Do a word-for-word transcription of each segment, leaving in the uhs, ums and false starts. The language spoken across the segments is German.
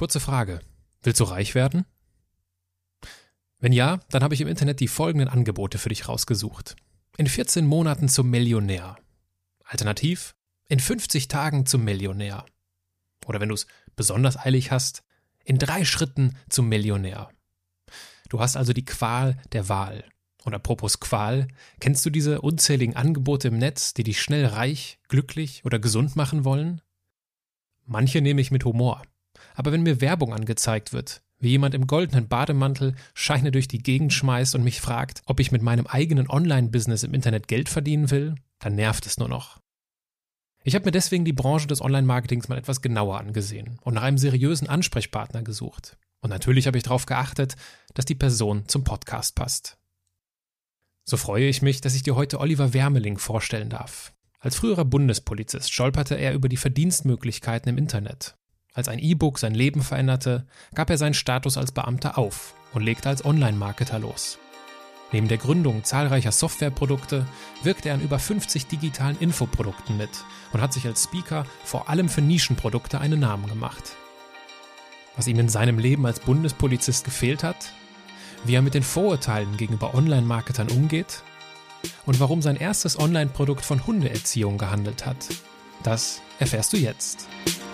Kurze Frage. Willst du reich werden? Wenn ja, dann habe ich im Internet die folgenden Angebote für dich rausgesucht. In vierzehn Monaten zum Millionär. Alternativ, in fünfzig Tagen zum Millionär. Oder wenn du es besonders eilig hast, in drei Schritten zum Millionär. Du hast also die Qual der Wahl. Und apropos Qual, kennst du diese unzähligen Angebote im Netz, die dich schnell reich, glücklich oder gesund machen wollen? Manche nehme ich mit Humor. Aber wenn mir Werbung angezeigt wird, wie jemand im goldenen Bademantel Scheine durch die Gegend schmeißt und mich fragt, ob ich mit meinem eigenen Online-Business im Internet Geld verdienen will, dann nervt es nur noch. Ich habe mir deswegen die Branche des Online-Marketings mal etwas genauer angesehen und nach einem seriösen Ansprechpartner gesucht. Und natürlich habe ich darauf geachtet, dass die Person zum Podcast passt. So freue ich mich, dass ich dir heute Oliver Wermeling vorstellen darf. Als früherer Bundespolizist stolperte er über die Verdienstmöglichkeiten im Internet. Als ein E-Book sein Leben veränderte, gab er seinen Status als Beamter auf und legte als Online-Marketer los. Neben der Gründung zahlreicher Softwareprodukte wirkte er an über fünfzig digitalen Infoprodukten mit und hat sich als Speaker vor allem für Nischenprodukte einen Namen gemacht. Was ihm in seinem Leben als Bundespolizist gefehlt hat, wie er mit den Vorurteilen gegenüber Online-Marketern umgeht und warum sein erstes Online-Produkt von Hundeerziehung gehandelt hat, das erfährst du jetzt.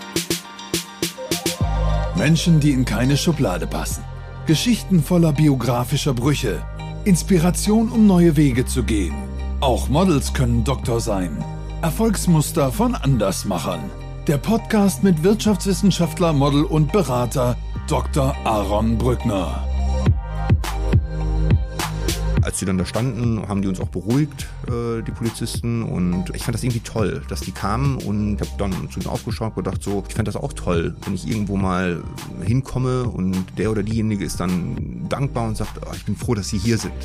Menschen, die in keine Schublade passen. Geschichten voller biografischer Brüche. Inspiration, um neue Wege zu gehen. Auch Models können Doktor sein. Erfolgsmuster von Andersmachern. Der Podcast mit Wirtschaftswissenschaftler, Model und Berater Doktor Aaron Brückner. Als die dann da standen, haben die uns auch beruhigt, äh, die Polizisten. Und ich fand das irgendwie toll, dass die kamen. Und ich habe dann zu denen aufgeschaut und gedacht, so, ich fand das auch toll, wenn ich irgendwo mal hinkomme und der oder diejenige ist dann dankbar und sagt, oh, ich bin froh, dass Sie hier sind.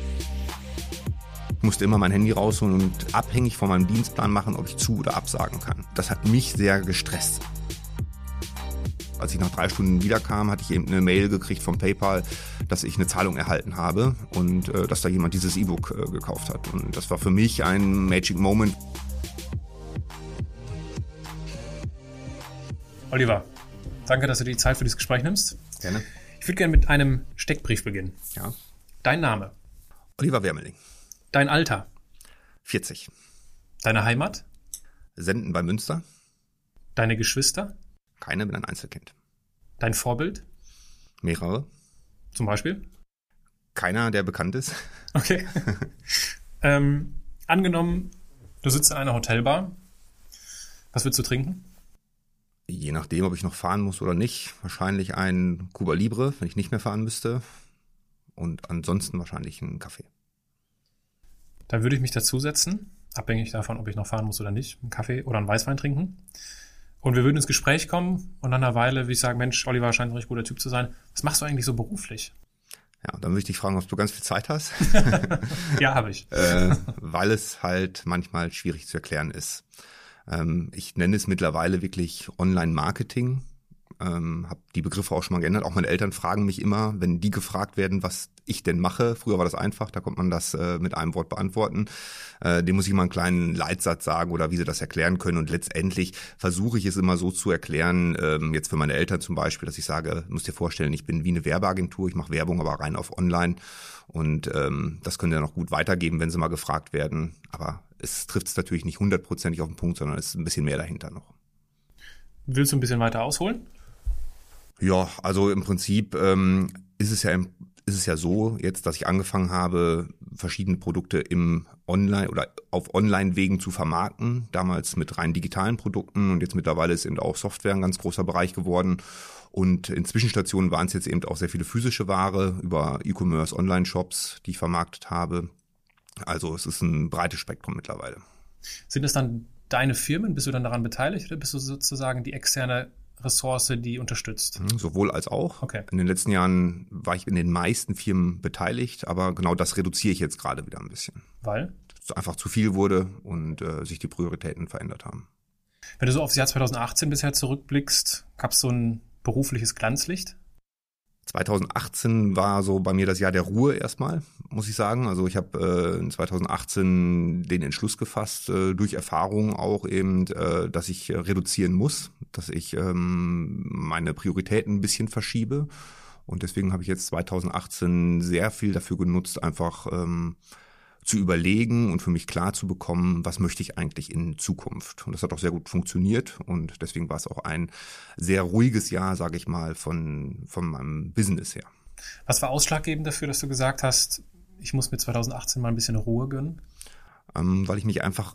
Ich musste immer mein Handy rausholen und abhängig von meinem Dienstplan machen, ob ich zu- oder absagen kann. Das hat mich sehr gestresst. Als ich nach drei Stunden wiederkam, hatte ich eben eine Mail gekriegt vom PayPal, dass ich eine Zahlung erhalten habe und äh, dass da jemand dieses E-Book äh, gekauft hat. Und das war für mich ein Magic Moment. Oliver, danke, dass du dir die Zeit für dieses Gespräch nimmst. Gerne. Ich würde gerne mit einem Steckbrief beginnen. Ja. Dein Name? Oliver Wermeling. Dein Alter? vierzig. Deine Heimat? Senden bei Münster. Deine Geschwister? Keine, bin ein Einzelkind. Dein Vorbild? Mehrere. Zum Beispiel? Keiner, der bekannt ist. Okay. ähm, angenommen, du sitzt in einer Hotelbar. Was willst du trinken? Je nachdem, ob ich noch fahren muss oder nicht. Wahrscheinlich ein Cuba Libre, wenn ich nicht mehr fahren müsste. Und ansonsten wahrscheinlich einen Kaffee. Dann würde ich mich dazusetzen, abhängig davon, ob ich noch fahren muss oder nicht, einen Kaffee oder einen Weißwein trinken. Und wir würden ins Gespräch kommen und nach einer Weile würde ich sagen, Mensch, Oliver scheint ein richtig guter Typ zu sein. Was machst du eigentlich so beruflich? Ja, dann würde ich dich fragen, ob du ganz viel Zeit hast. Ja, habe ich. äh, weil es halt manchmal schwierig zu erklären ist. Ähm, ich nenne es mittlerweile wirklich Online-Marketing. Ähm, habe die Begriffe auch schon mal geändert. Auch meine Eltern fragen mich immer, wenn die gefragt werden, was ich denn mache. Früher war das einfach, da konnte man das äh, mit einem Wort beantworten. Äh, dem muss ich mal einen kleinen Leitsatz sagen oder wie sie das erklären können. Und letztendlich versuche ich es immer so zu erklären, ähm, jetzt für meine Eltern zum Beispiel, dass ich sage, musst dir vorstellen, ich bin wie eine Werbeagentur, ich mache Werbung, aber rein auf Online. Und ähm, das können sie dann auch gut weitergeben, wenn sie mal gefragt werden. Aber es trifft es natürlich nicht hundertprozentig auf den Punkt, sondern es ist ein bisschen mehr dahinter noch. Willst du ein bisschen weiter ausholen? Ja, also im Prinzip ähm, ist es ja im, ist es ja so jetzt, dass ich angefangen habe, verschiedene Produkte im Online oder auf Online-Wegen zu vermarkten. Damals mit rein digitalen Produkten und jetzt mittlerweile ist eben auch Software ein ganz großer Bereich geworden. Und in Zwischenstationen waren es jetzt eben auch sehr viele physische Ware über E-Commerce, Online-Shops, die ich vermarktet habe. Also es ist ein breites Spektrum mittlerweile. Sind es dann deine Firmen? Bist du dann daran beteiligt oder bist du sozusagen die externe Ressource, die unterstützt? Sowohl als auch. Okay. In den letzten Jahren war ich in den meisten Firmen beteiligt, aber genau das reduziere ich jetzt gerade wieder ein bisschen. Weil? Es einfach zu viel wurde und äh, sich die Prioritäten verändert haben. Wenn du so aufs Jahr zwanzig achtzehn bisher zurückblickst, gab es so ein berufliches Glanzlicht? zweitausendachtzehn war so bei mir das Jahr der Ruhe erstmal, muss ich sagen. Also ich habe äh, in zweitausendachtzehn den Entschluss gefasst, äh, durch Erfahrung auch eben, äh, dass ich äh, reduzieren muss, dass ich ähm, meine Prioritäten ein bisschen verschiebe. Und deswegen habe ich jetzt zweitausendachtzehn sehr viel dafür genutzt, einfach ähm, zu überlegen und für mich klar zu bekommen, was möchte ich eigentlich in Zukunft. Und das hat auch sehr gut funktioniert und deswegen war es auch ein sehr ruhiges Jahr, sage ich mal, von, von meinem Business her. Was war ausschlaggebend dafür, dass du gesagt hast, ich muss mir zweitausendachtzehn mal ein bisschen Ruhe gönnen? Ähm, weil ich mich einfach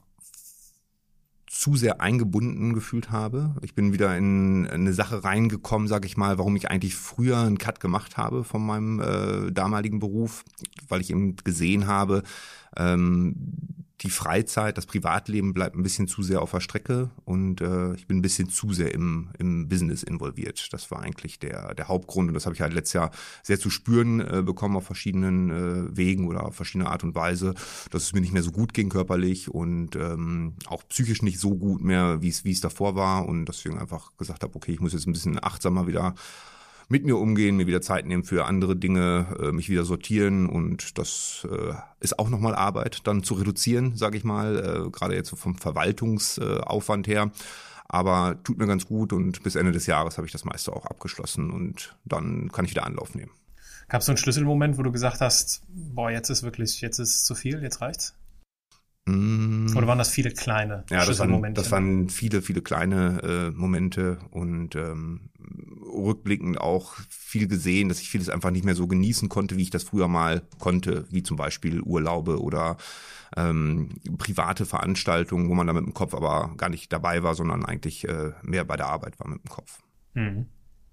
zu sehr eingebunden gefühlt habe. Ich bin wieder in eine Sache reingekommen, sage ich mal, warum ich eigentlich früher einen Cut gemacht habe von meinem äh, damaligen Beruf, weil ich eben gesehen habe, ähm, die Freizeit, das Privatleben bleibt ein bisschen zu sehr auf der Strecke und äh, ich bin ein bisschen zu sehr im, im Business involviert. Das war eigentlich der, der Hauptgrund und das habe ich halt letztes Jahr sehr zu spüren äh, bekommen auf verschiedenen äh, Wegen oder auf verschiedene Art und Weise, dass es mir nicht mehr so gut ging körperlich und ähm, auch psychisch nicht so gut mehr, wie es wie es davor war und deswegen einfach gesagt habe, okay, ich muss jetzt ein bisschen achtsamer wieder mit mir umgehen, mir wieder Zeit nehmen für andere Dinge, äh, mich wieder sortieren und das äh, ist auch nochmal Arbeit, dann zu reduzieren, sage ich mal, äh, gerade jetzt so vom Verwaltungsaufwand her, aber tut mir ganz gut und bis Ende des Jahres habe ich das meiste auch abgeschlossen und dann kann ich wieder Anlauf nehmen. Gab es so einen Schlüsselmoment, wo du gesagt hast, boah, jetzt ist wirklich, jetzt ist es zu viel, jetzt reicht's? Oder waren das viele kleine ja, Schlüsselmomente? Das waren, das waren viele, viele kleine äh, Momente und ähm, rückblickend auch viel gesehen, dass ich vieles einfach nicht mehr so genießen konnte, wie ich das früher mal konnte, wie zum Beispiel Urlaube oder ähm, private Veranstaltungen, wo man da mit dem Kopf aber gar nicht dabei war, sondern eigentlich äh, mehr bei der Arbeit war mit dem Kopf. Mhm.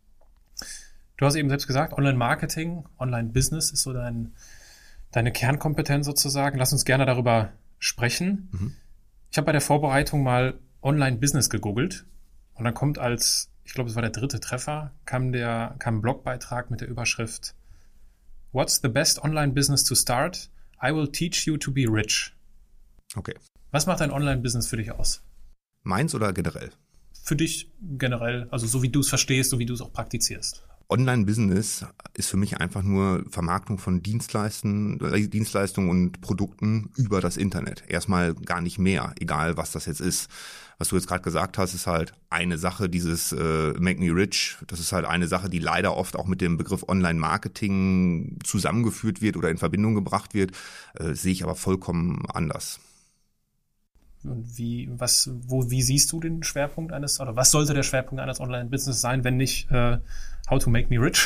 Du hast eben selbst gesagt, Online-Marketing, Online-Business ist so dein, deine Kernkompetenz sozusagen. Lass uns gerne darüber sprechen. Mhm. Ich habe bei der Vorbereitung mal Online-Business gegoogelt und dann kommt als, ich glaube, es war der dritte Treffer, kam der kam ein Blogbeitrag mit der Überschrift What's the best online business to start? I will teach you to be rich. Okay. Was macht ein Online-Business für dich aus? Meins oder generell? Für dich generell, also so wie du es verstehst, so wie du es auch praktizierst. Online-Business ist für mich einfach nur Vermarktung von Dienstleistungen, Dienstleistungen und Produkten über das Internet. Erstmal gar nicht mehr, egal was das jetzt ist. Was du jetzt gerade gesagt hast, ist halt eine Sache, dieses äh, Make Me Rich. Das ist halt eine Sache, die leider oft auch mit dem Begriff Online-Marketing zusammengeführt wird oder in Verbindung gebracht wird. Äh, sehe ich aber vollkommen anders. Und wie, was, wo, wie siehst du den Schwerpunkt eines, oder was sollte der Schwerpunkt eines Online-Business sein, wenn nicht äh, How to make me rich?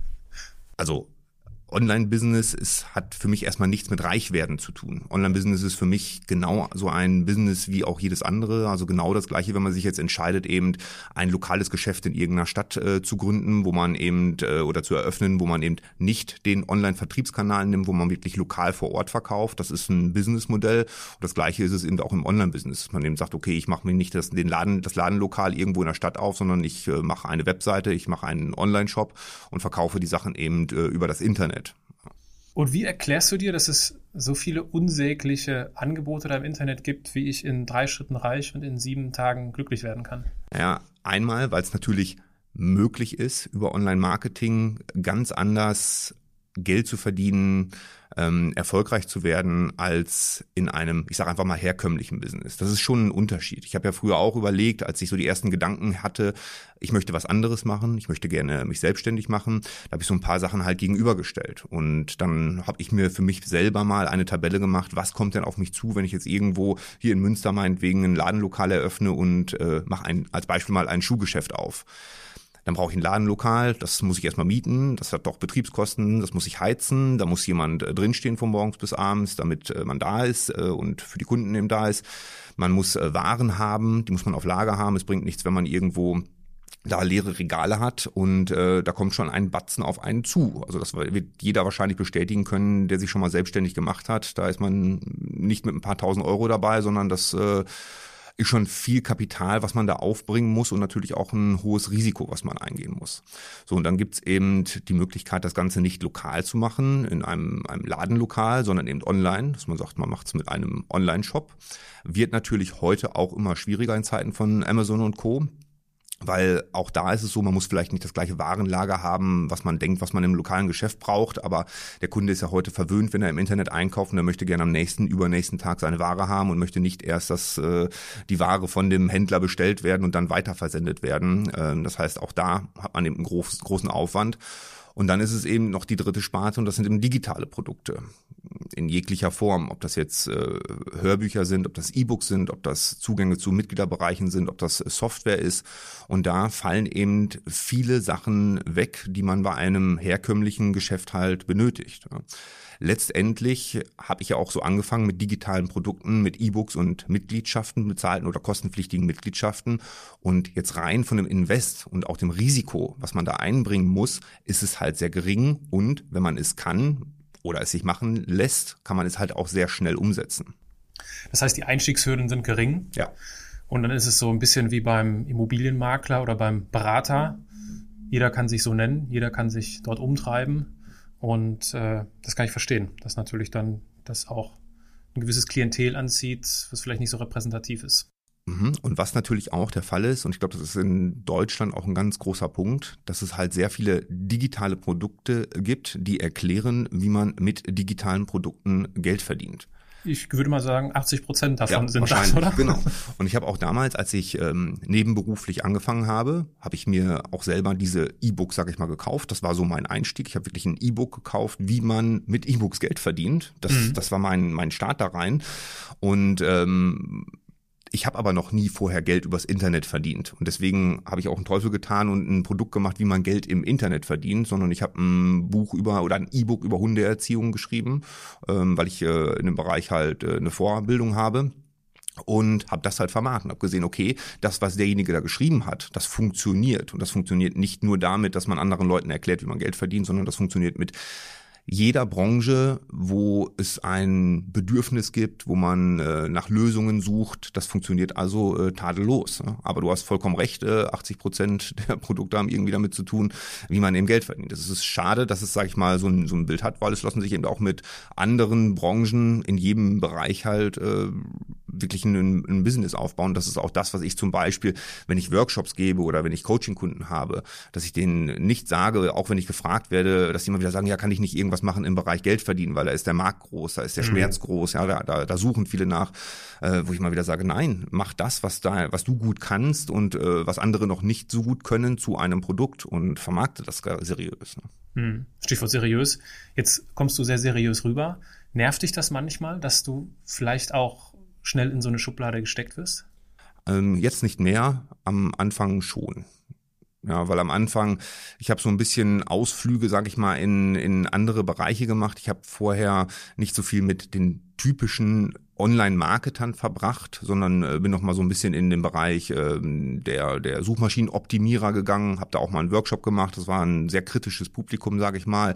Also Online-Business ist, hat für mich erstmal nichts mit Reichwerden zu tun. Online-Business ist für mich genau so ein Business wie auch jedes andere. Also genau das Gleiche, wenn man sich jetzt entscheidet, eben ein lokales Geschäft in irgendeiner Stadt äh, zu gründen, wo man eben äh, oder zu eröffnen, wo man eben nicht den Online-Vertriebskanal nimmt, wo man wirklich lokal vor Ort verkauft. Das ist ein Businessmodell. Und das Gleiche ist es eben auch im Online-Business. Man eben sagt, okay, ich mache mir nicht das, den Laden, das Ladenlokal irgendwo in der Stadt auf, sondern ich äh, mache eine Webseite, ich mache einen Online-Shop und verkaufe die Sachen eben äh, über das Internet. Und wie erklärst du dir, dass es so viele unsägliche Angebote da im Internet gibt, wie ich in drei Schritten reich und in sieben Tagen glücklich werden kann? Ja, einmal, weil es natürlich möglich ist, über Online-Marketing ganz anders Geld zu verdienen, ähm, erfolgreich zu werden, als in einem, ich sage einfach mal, herkömmlichen Business. Das ist schon ein Unterschied. Ich habe ja früher auch überlegt, als ich so die ersten Gedanken hatte, ich möchte was anderes machen, ich möchte gerne mich selbstständig machen, da habe ich so ein paar Sachen halt gegenübergestellt. Und dann habe ich mir für mich selber mal eine Tabelle gemacht, was kommt denn auf mich zu, wenn ich jetzt irgendwo hier in Münster meinetwegen ein Ladenlokal eröffne und äh, mache ein, als Beispiel mal ein Schuhgeschäft auf. Dann brauche ich ein Ladenlokal, das muss ich erstmal mieten, das hat doch Betriebskosten, das muss ich heizen, da muss jemand äh, drinstehen von morgens bis abends, damit äh, man da ist äh, und für die Kunden eben da ist. Man muss äh, Waren haben, die muss man auf Lager haben. Es bringt nichts, wenn man irgendwo da leere Regale hat und äh, da kommt schon ein Batzen auf einen zu. Also das wird jeder wahrscheinlich bestätigen können, der sich schon mal selbstständig gemacht hat. Da ist man nicht mit ein paar tausend Euro dabei, sondern das äh, ist schon viel Kapital, was man da aufbringen muss und natürlich auch ein hohes Risiko, was man eingehen muss. So, und dann gibt's eben die Möglichkeit, das Ganze nicht lokal zu machen, in einem, einem Ladenlokal, sondern eben online, dass man sagt, man macht's mit einem Online-Shop. Wird natürlich heute auch immer schwieriger in Zeiten von Amazon und Co., Weil auch da ist es so, man muss vielleicht nicht das gleiche Warenlager haben, was man denkt, was man im lokalen Geschäft braucht, aber der Kunde ist ja heute verwöhnt, wenn er im Internet einkauft und er möchte gerne am nächsten, übernächsten Tag seine Ware haben und möchte nicht erst, dass äh, die Ware von dem Händler bestellt werden und dann weiterversendet werden. Ähm, das heißt, auch da hat man eben einen groß, großen Aufwand. Und dann ist es eben noch die dritte Sparte und das sind eben digitale Produkte in jeglicher Form, ob das jetzt äh, Hörbücher sind, ob das E-Books sind, ob das Zugänge zu Mitgliederbereichen sind, ob das Software ist. Und da fallen eben viele Sachen weg, die man bei einem herkömmlichen Geschäft halt benötigt. Letztendlich habe ich ja auch so angefangen mit digitalen Produkten, mit E-Books und Mitgliedschaften, bezahlten oder kostenpflichtigen Mitgliedschaften. Und jetzt rein von dem Invest und auch dem Risiko, was man da einbringen muss, ist es halt sehr gering. Und wenn man es kann oder es sich machen lässt, kann man es halt auch sehr schnell umsetzen. Das heißt, die Einstiegshürden sind gering. Ja. Und dann ist es so ein bisschen wie beim Immobilienmakler oder beim Berater. Jeder kann sich so nennen, jeder kann sich dort umtreiben. Und äh, das kann ich verstehen, dass natürlich dann das auch ein gewisses Klientel anzieht, was vielleicht nicht so repräsentativ ist. Und was natürlich auch der Fall ist, und ich glaube, das ist in Deutschland auch ein ganz großer Punkt, dass es halt sehr viele digitale Produkte gibt, die erklären, wie man mit digitalen Produkten Geld verdient. Ich würde mal sagen, achtzig Prozent davon ja, sind das, oder? Genau. Und ich habe auch damals, als ich ähm, nebenberuflich angefangen habe, habe ich mir auch selber diese E-Books, sag ich mal, gekauft. Das war so mein Einstieg. Ich habe wirklich ein E-Book gekauft, wie man mit E-Books Geld verdient. Das, mhm. das war mein mein Start da rein. Und ähm, ich habe aber noch nie vorher Geld übers Internet verdient. Und deswegen habe ich auch einen Teufel getan und ein Produkt gemacht, wie man Geld im Internet verdient, sondern ich habe ein Buch über oder ein E-Book über Hundeerziehung geschrieben, ähm, weil ich äh, in dem Bereich halt äh, eine Vorbildung habe. Und habe das halt vermarktet, habe gesehen, okay, das, was derjenige da geschrieben hat, das funktioniert. Und das funktioniert nicht nur damit, dass man anderen Leuten erklärt, wie man Geld verdient, sondern das funktioniert mit jeder Branche, wo es ein Bedürfnis gibt, wo man äh, nach Lösungen sucht. Das funktioniert also äh, tadellos. Ne? Aber du hast vollkommen recht, äh, achtzig Prozent der Produkte haben irgendwie damit zu tun, wie man eben Geld verdient. Es ist schade, dass es, sag ich mal, so ein, so ein Bild hat, weil es lassen sich eben auch mit anderen Branchen in jedem Bereich halt äh, wirklich ein, ein Business aufbauen. Das ist auch das, was ich zum Beispiel, wenn ich Workshops gebe oder wenn ich Coaching-Kunden habe, dass ich denen nicht sage, auch wenn ich gefragt werde, dass die immer wieder sagen, ja, kann ich nicht irgendwas machen im Bereich Geld verdienen, weil da ist der Markt groß, da ist der Schmerz mhm. groß, ja, da, da, da suchen viele nach, äh, wo ich mal wieder sage, nein, mach das, was da, was du gut kannst und äh, was andere noch nicht so gut können, zu einem Produkt und vermarkte das seriös. Ne? Mhm. Stichwort seriös. Jetzt kommst du sehr seriös rüber. Nervt dich das manchmal, dass du vielleicht auch schnell in so eine Schublade gesteckt wirst? Ähm, jetzt nicht mehr, am Anfang schon. Ja, weil am Anfang, ich habe so ein bisschen Ausflüge, sag ich mal, in in andere Bereiche gemacht. Ich habe vorher nicht so viel mit den typischen Online-Marketern verbracht, sondern äh, bin noch mal so ein bisschen in den Bereich äh, der der Suchmaschinenoptimierer gegangen, habe da auch mal einen Workshop gemacht. Das war ein sehr kritisches Publikum, sage ich mal.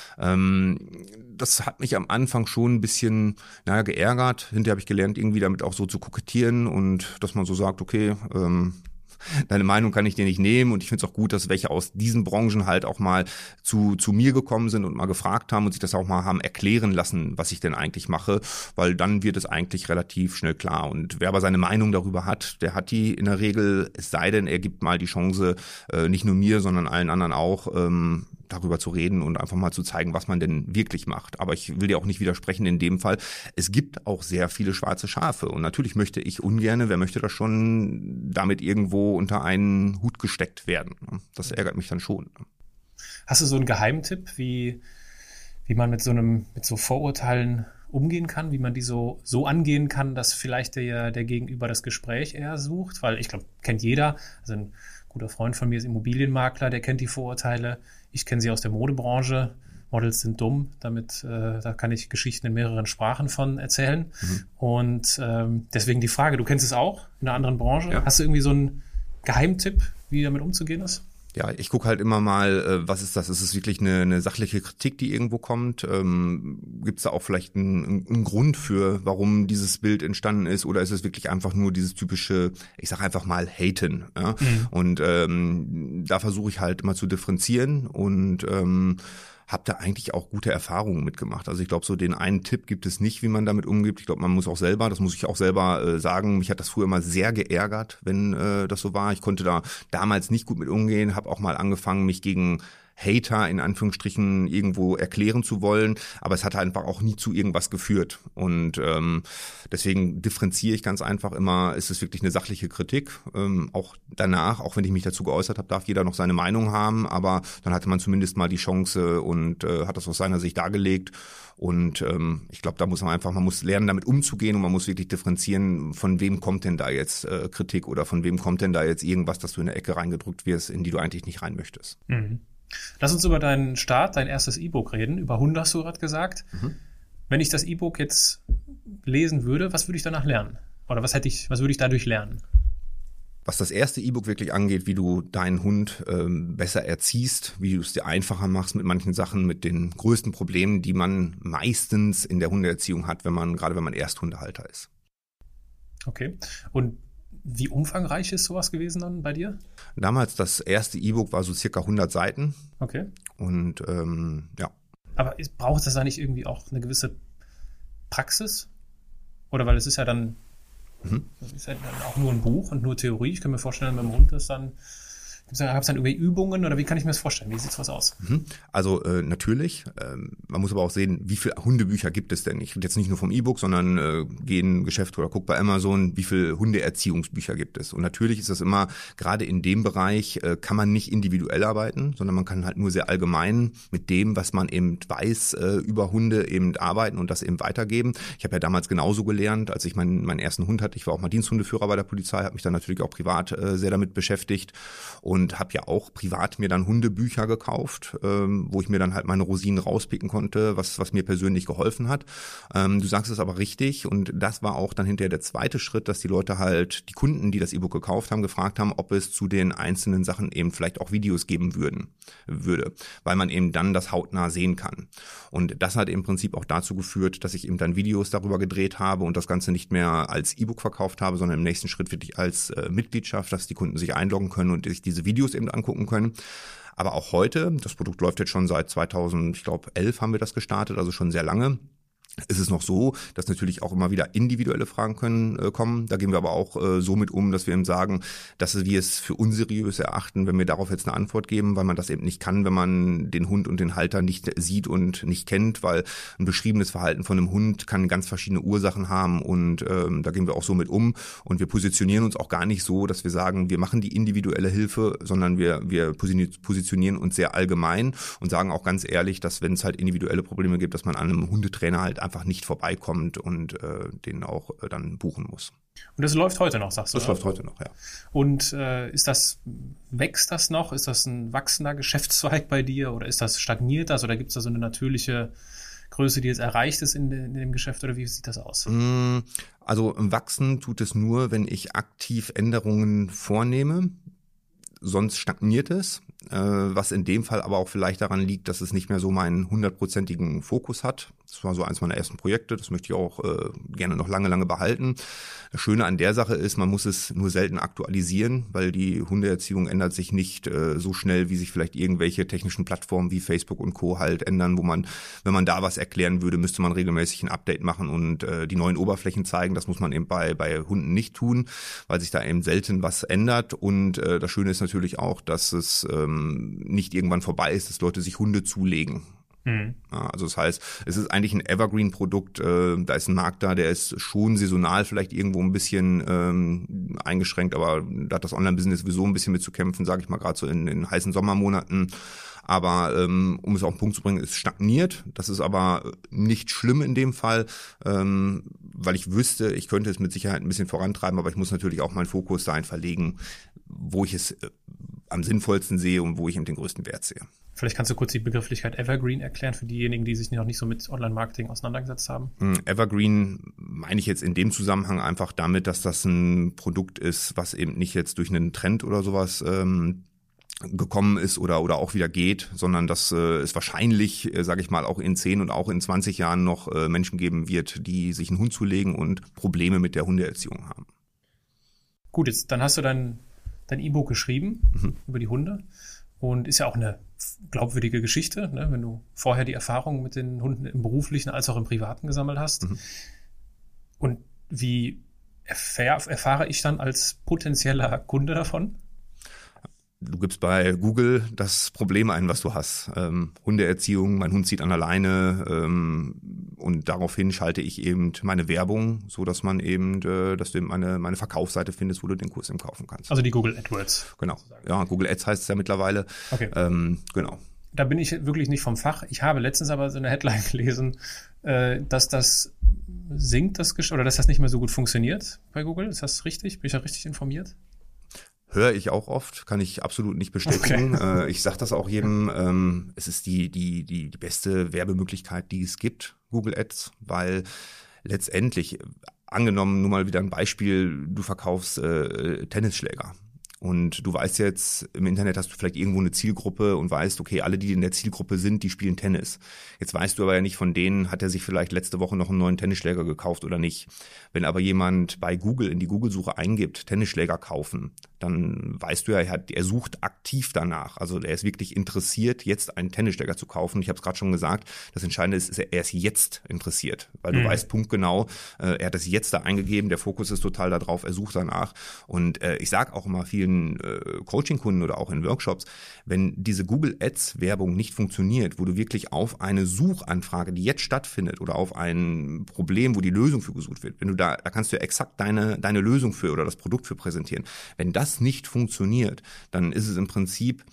Ähm, das hat mich am Anfang schon ein bisschen naja, geärgert. Hinterher habe ich gelernt, irgendwie damit auch so zu kokettieren und dass man so sagt, okay, ähm, deine Meinung kann ich dir nicht nehmen und ich finde es auch gut, dass welche aus diesen Branchen halt auch mal zu zu mir gekommen sind und mal gefragt haben und sich das auch mal haben erklären lassen, was ich denn eigentlich mache, weil dann wird es eigentlich relativ schnell klar. Und wer aber seine Meinung darüber hat, der hat die in der Regel, es sei denn, er gibt mal die Chance, äh, nicht nur mir, sondern allen anderen auch, ähm, darüber zu reden und einfach mal zu zeigen, was man denn wirklich macht. Aber ich will dir auch nicht widersprechen in dem Fall. Es gibt auch sehr viele schwarze Schafe und natürlich möchte ich ungerne, wer möchte das schon, damit irgendwo unter einen Hut gesteckt werden. Das ärgert mich dann schon. Hast du so einen Geheimtipp, wie, wie man mit so einem, mit so Vorurteilen umgehen kann, wie man die so, so angehen kann, dass vielleicht der, der Gegenüber das Gespräch eher sucht? Weil ich glaube, kennt jeder, also ein guter Freund von mir ist Immobilienmakler, der kennt die Vorurteile. Ich kenne sie aus der Modebranche. Models sind dumm. Damit, äh, da kann ich Geschichten in mehreren Sprachen von erzählen. Mhm. Und ähm, deswegen die Frage, du kennst es auch in einer anderen Branche. Ja. Hast du irgendwie so einen Geheimtipp, wie damit umzugehen ist? Ja, ich gucke halt immer mal, was ist das? Ist es wirklich eine, eine sachliche Kritik, die irgendwo kommt? Ähm, gibt es da auch vielleicht einen, einen Grund für, warum dieses Bild entstanden ist? Oder ist es wirklich einfach nur dieses typische, ich sage einfach mal, Haten? Ja? Mhm. Und ähm, da versuche ich halt immer zu differenzieren und ähm, habe da eigentlich auch gute Erfahrungen mitgemacht. Also ich glaube, so den einen Tipp gibt es nicht, wie man damit umgeht. Ich glaube, man muss auch selber, das muss ich auch selber äh, sagen, mich hat das früher immer sehr geärgert, wenn äh, das so war. Ich konnte da damals nicht gut mit umgehen, habe auch mal angefangen, mich gegen Hater in Anführungsstrichen irgendwo erklären zu wollen, aber es hat einfach auch nie zu irgendwas geführt und ähm, deswegen differenziere ich ganz einfach immer, ist es wirklich eine sachliche Kritik, ähm, auch danach, auch wenn ich mich dazu geäußert habe, darf jeder noch seine Meinung haben, aber dann hatte man zumindest mal die Chance und äh, hat das aus seiner Sicht dargelegt und ähm, ich glaube, da muss man einfach, man muss lernen, damit umzugehen und man muss wirklich differenzieren, von wem kommt denn da jetzt äh, Kritik oder von wem kommt denn da jetzt irgendwas, dass du in eine Ecke reingedrückt wirst, in die du eigentlich nicht rein möchtest. Mhm. Lass uns über deinen Start, dein erstes E-Book reden. Über Hunde hast du gerade gesagt. Mhm. Wenn ich das E-Book jetzt lesen würde, was würde ich danach lernen? Oder was hätte ich, was würde ich dadurch lernen? Was das erste E-Book wirklich angeht, wie du deinen Hund ähm, besser erziehst, wie du es dir einfacher machst mit manchen Sachen, mit den größten Problemen, die man meistens in der Hundeerziehung hat, wenn man, gerade wenn man Ersthundehalter ist. Okay. Und wie umfangreich ist sowas gewesen dann bei dir? Damals das erste E-Book war so circa hundert Seiten. Okay. Und ähm, ja. Aber ist, braucht das da nicht irgendwie auch eine gewisse Praxis? Oder weil es ist ja dann, mhm. ist ja dann auch nur ein Buch und nur Theorie. Ich kann mir vorstellen, beim Hund ist dann, gab es dann irgendwie Übungen oder wie kann ich mir das vorstellen? Wie sieht sowas aus? Also äh, natürlich, äh, man muss aber auch sehen, wie viele Hundebücher gibt es denn? Ich rede jetzt nicht nur vom E-Book, sondern äh, geh in ein Geschäft oder guck bei Amazon, wie viele Hundeerziehungsbücher gibt es. Und natürlich ist das immer, gerade in dem Bereich äh, kann man nicht individuell arbeiten, sondern man kann halt nur sehr allgemein mit dem, was man eben weiß, äh, über Hunde eben arbeiten und das eben weitergeben. Ich habe ja damals genauso gelernt, als ich meinen, meinen ersten Hund hatte. Ich war auch mal Diensthundeführer bei der Polizei, habe mich dann natürlich auch privat äh, sehr damit beschäftigt. Und habe ja auch privat mir dann Hundebücher gekauft, ähm, wo ich mir dann halt meine Rosinen rauspicken konnte, was was mir persönlich geholfen hat. Ähm, du sagst es aber richtig und das war auch dann hinterher der zweite Schritt, dass die Leute halt, die Kunden, die das E-Book gekauft haben, gefragt haben, ob es zu den einzelnen Sachen eben vielleicht auch Videos geben würden, würde, weil man eben dann das hautnah sehen kann. Und das hat im Prinzip auch dazu geführt, dass ich eben dann Videos darüber gedreht habe und das Ganze nicht mehr als E-Book verkauft habe, sondern im nächsten Schritt wirklich als äh, Mitgliedschaft, dass die Kunden sich einloggen können und sich diese Videos eben angucken können. Aber auch heute, das Produkt läuft jetzt schon seit zweitausendelf haben wir das gestartet, also schon sehr lange. Ist es noch so, dass natürlich auch immer wieder individuelle Fragen können äh, kommen. Da gehen wir aber auch äh, so mit um, dass wir eben sagen, dass wir es für unseriös erachten, wenn wir darauf jetzt eine Antwort geben, weil man das eben nicht kann, wenn man den Hund und den Halter nicht sieht und nicht kennt, weil ein beschriebenes Verhalten von einem Hund kann ganz verschiedene Ursachen haben und ähm, da gehen wir auch so mit um und wir positionieren uns auch gar nicht so, dass wir sagen, wir machen die individuelle Hilfe, sondern wir wir positionieren uns sehr allgemein und sagen auch ganz ehrlich, dass wenn es halt individuelle Probleme gibt, dass man an einem Hundetrainer halt einfach nicht vorbeikommt und äh, den auch äh, dann buchen muss. Und das läuft heute noch, sagst du? Das oder? läuft heute noch, ja. Und äh, ist das, wächst das noch? Ist das ein wachsender Geschäftszweig bei dir oder ist das stagniert das oder gibt es da so eine natürliche Größe, die jetzt erreicht ist in, in dem Geschäft oder wie sieht das aus? Also wachsen tut es nur, wenn ich aktiv Änderungen vornehme. Sonst stagniert es, äh, was in dem Fall aber auch vielleicht daran liegt, dass es nicht mehr so meinen hundertprozentigen Fokus hat. Das war so eins meiner ersten Projekte, das möchte ich auch äh, gerne noch lange, lange behalten. Das Schöne an der Sache ist, man muss es nur selten aktualisieren, weil die Hundeerziehung ändert sich nicht äh, so schnell, wie sich vielleicht irgendwelche technischen Plattformen wie Facebook und Co. halt ändern, wo man, wenn man da was erklären würde, müsste man regelmäßig ein Update machen und äh, die neuen Oberflächen zeigen. Das muss man eben bei, bei Hunden nicht tun, weil sich da eben selten was ändert. Und äh, das Schöne ist natürlich auch, dass es ähm, nicht irgendwann vorbei ist, dass Leute sich Hunde zulegen. Mhm. Ja, also das heißt, es ist eigentlich ein Evergreen-Produkt, äh, da ist ein Markt da, der ist schon saisonal vielleicht irgendwo ein bisschen ähm, eingeschränkt, aber da hat das Online-Business sowieso ein bisschen mit zu kämpfen, sage ich mal, gerade so in, in heißen Sommermonaten. Aber ähm, um es auf den Punkt zu bringen, es stagniert. Das ist aber nicht schlimm in dem Fall, ähm, weil ich wüsste, ich könnte es mit Sicherheit ein bisschen vorantreiben, aber ich muss natürlich auch meinen Fokus dahin verlegen, wo ich es äh, am sinnvollsten sehe und wo ich eben den größten Wert sehe. Vielleicht kannst du kurz die Begrifflichkeit Evergreen erklären für diejenigen, die sich noch nicht so mit Online-Marketing auseinandergesetzt haben. Evergreen meine ich jetzt in dem Zusammenhang einfach damit, dass das ein Produkt ist, was eben nicht jetzt durch einen Trend oder sowas ähm, gekommen ist oder oder auch wieder geht, sondern dass äh, es wahrscheinlich, äh, sage ich mal, auch in zehn und auch in zwanzig Jahren noch äh, Menschen geben wird, die sich einen Hund zulegen und Probleme mit der Hundeerziehung haben. Gut, jetzt dann hast du dein, dein E-Book geschrieben mhm. über die Hunde und ist ja auch eine glaubwürdige Geschichte, ne, wenn du vorher die Erfahrung mit den Hunden im Beruflichen als auch im Privaten gesammelt hast. Mhm. Und wie erfahr, erfahre ich dann als potenzieller Kunde davon? Du gibst bei Google das Problem ein, was du hast. Ähm, Hundeerziehung, mein Hund zieht an der Leine ähm, und daraufhin schalte ich eben meine Werbung, so dass man eben, äh, dass du eben meine, meine Verkaufsseite findest, wo du den Kurs eben kaufen kannst. Also die Google AdWords. Genau. Sozusagen. Ja, Google Ads heißt es ja mittlerweile. Okay. Ähm, genau. Da bin ich wirklich nicht vom Fach. Ich habe letztens aber so eine Headline gelesen, äh, dass das sinkt, das Gesch- oder dass das nicht mehr so gut funktioniert bei Google. Ist das richtig? Bin ich da richtig informiert? Höre ich auch oft, kann ich absolut nicht bestätigen. Okay. Äh, ich sage das auch jedem, ähm, es ist die, die, die, die beste Werbemöglichkeit, die es gibt, Google Ads, weil letztendlich, angenommen, nur mal wieder ein Beispiel, du verkaufst äh, Tennisschläger. Und du weißt jetzt, im Internet hast du vielleicht irgendwo eine Zielgruppe und weißt, okay, alle, die in der Zielgruppe sind, die spielen Tennis. Jetzt weißt du aber ja nicht von denen, hat er sich vielleicht letzte Woche noch einen neuen Tennisschläger gekauft oder nicht. Wenn aber jemand bei Google in die Google-Suche eingibt, Tennisschläger kaufen, dann weißt du ja, er, hat, er sucht aktiv danach. Also er ist wirklich interessiert, jetzt einen Tennisschläger zu kaufen. Ich habe es gerade schon gesagt, das Entscheidende ist, er ist jetzt interessiert, weil du mhm. weißt punktgenau, äh, er hat das jetzt da eingegeben, der Fokus ist total da drauf, er sucht danach. Und äh, ich sage auch immer vielen Coaching-Kunden oder auch in Workshops, wenn diese Google Ads-Werbung nicht funktioniert, wo du wirklich auf eine Suchanfrage, die jetzt stattfindet oder auf ein Problem, wo die Lösung für gesucht wird, wenn du da, da kannst du ja exakt deine, deine Lösung für oder das Produkt für präsentieren. Wenn das nicht funktioniert, dann ist es im Prinzip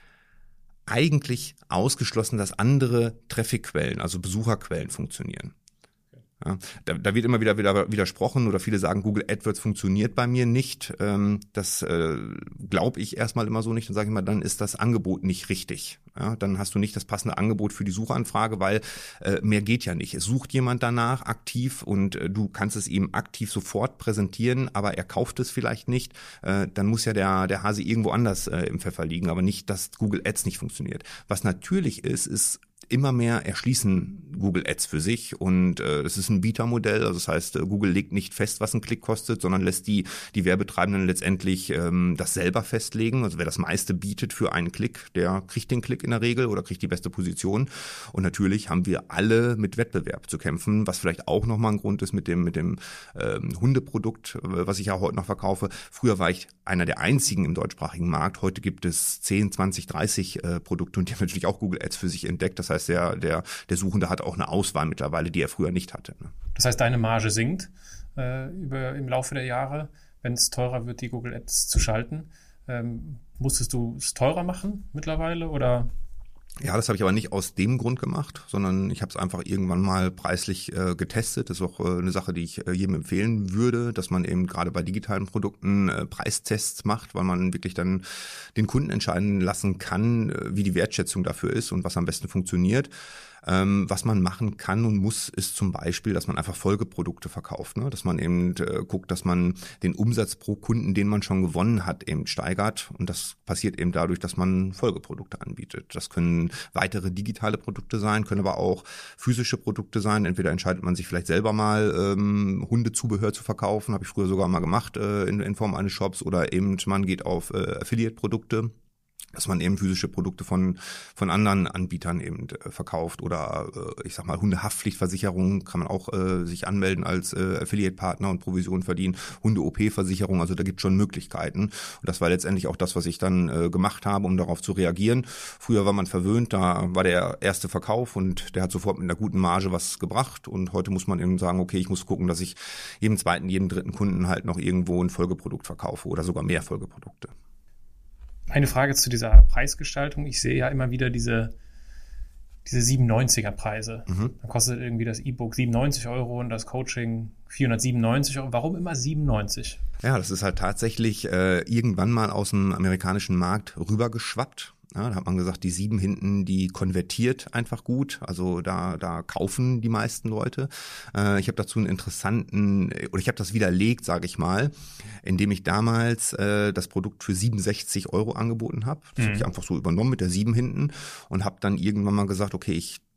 eigentlich ausgeschlossen, dass andere Traffic-Quellen, also Besucherquellen funktionieren. Ja, da, da wird immer wieder, wieder widersprochen oder viele sagen, Google AdWords funktioniert bei mir nicht. Ähm, das äh, glaube ich erstmal immer so nicht. Dann sage ich mal, dann ist das Angebot nicht richtig. Ja, dann hast du nicht das passende Angebot für die Suchanfrage, weil äh, mehr geht ja nicht. Es sucht jemand danach aktiv und äh, du kannst es ihm aktiv sofort präsentieren, aber er kauft es vielleicht nicht. Äh, dann muss ja der, der Hase irgendwo anders äh, im Pfeffer liegen, aber nicht, dass Google Ads nicht funktioniert. Was natürlich ist, ist immer mehr erschließen Google Ads für sich und äh, das ist ein Bietermodell, also das heißt, äh, Google legt nicht fest, was ein Klick kostet, sondern lässt die die Werbetreibenden letztendlich ähm, das selber festlegen. Also wer das meiste bietet für einen Klick, der kriegt den Klick in der Regel oder kriegt die beste Position. Und natürlich haben wir alle mit Wettbewerb zu kämpfen, was vielleicht auch nochmal ein Grund ist mit dem mit dem ähm, Hundeprodukt, äh, was ich ja heute noch verkaufe. Früher war ich einer der einzigen im deutschsprachigen Markt. Heute gibt es zehn, zwanzig, dreißig äh, Produkte und die haben natürlich auch Google Ads für sich entdeckt. Das heißt, Das heißt, der, der, der Suchende hat auch eine Auswahl mittlerweile, die er früher nicht hatte. Das heißt, deine Marge sinkt äh, über, im Laufe der Jahre, wenn es teurer wird, die Google Ads zu schalten. Ähm, musstest du es teurer machen mittlerweile oder? Ja, das habe ich aber nicht aus dem Grund gemacht, sondern ich habe es einfach irgendwann mal preislich äh, getestet. Das ist auch äh, eine Sache, die ich äh, jedem empfehlen würde, dass man eben gerade bei digitalen Produkten äh, Preistests macht, weil man wirklich dann den Kunden entscheiden lassen kann, äh, wie die Wertschätzung dafür ist und was am besten funktioniert. Ähm, was man machen kann und muss, ist zum Beispiel, dass man einfach Folgeprodukte verkauft, ne? Dass man eben äh, guckt, dass man den Umsatz pro Kunden, den man schon gewonnen hat, eben steigert. Und das passiert eben dadurch, dass man Folgeprodukte anbietet. Das können weitere digitale Produkte sein, können aber auch physische Produkte sein. Entweder entscheidet man sich vielleicht selber mal, ähm, Hundezubehör zu verkaufen, habe ich früher sogar mal gemacht äh, in, in Form eines Shops, oder eben man geht auf äh, Affiliate-Produkte, dass man eben physische Produkte von von anderen Anbietern eben äh, verkauft, oder äh, ich sag mal Hundehaftpflichtversicherung kann man auch äh, sich anmelden als äh, Affiliate-Partner und Provision verdienen, Hunde-O P-Versicherung, also da gibt es schon Möglichkeiten. Und das war letztendlich auch das, was ich dann äh, gemacht habe, um darauf zu reagieren. Früher war man verwöhnt, da war der erste Verkauf und der hat sofort mit einer guten Marge was gebracht, und heute muss man eben sagen, okay, ich muss gucken, dass ich jedem zweiten, jedem dritten Kunden halt noch irgendwo ein Folgeprodukt verkaufe oder sogar mehr Folgeprodukte. Eine Frage zu dieser Preisgestaltung. Ich sehe ja immer wieder diese, diese siebenundneunziger Preise. Mhm. Dann kostet irgendwie das E-Book siebenundneunzig Euro und das Coaching vierhundertsiebenundneunzig Euro. Warum immer siebenundneunzig? Ja, das ist halt tatsächlich äh, irgendwann mal aus dem amerikanischen Markt rübergeschwappt. Ja, da hat man gesagt, die sieben hinten, die konvertiert einfach gut. Also da da kaufen die meisten Leute. Äh, ich habe dazu einen interessanten, oder ich habe das widerlegt, sage ich mal, indem ich damals äh, das Produkt für siebenundsechzig Euro angeboten habe. Das mhm. habe ich einfach so übernommen mit der sieben hinten und habe dann irgendwann mal gesagt, okay, ich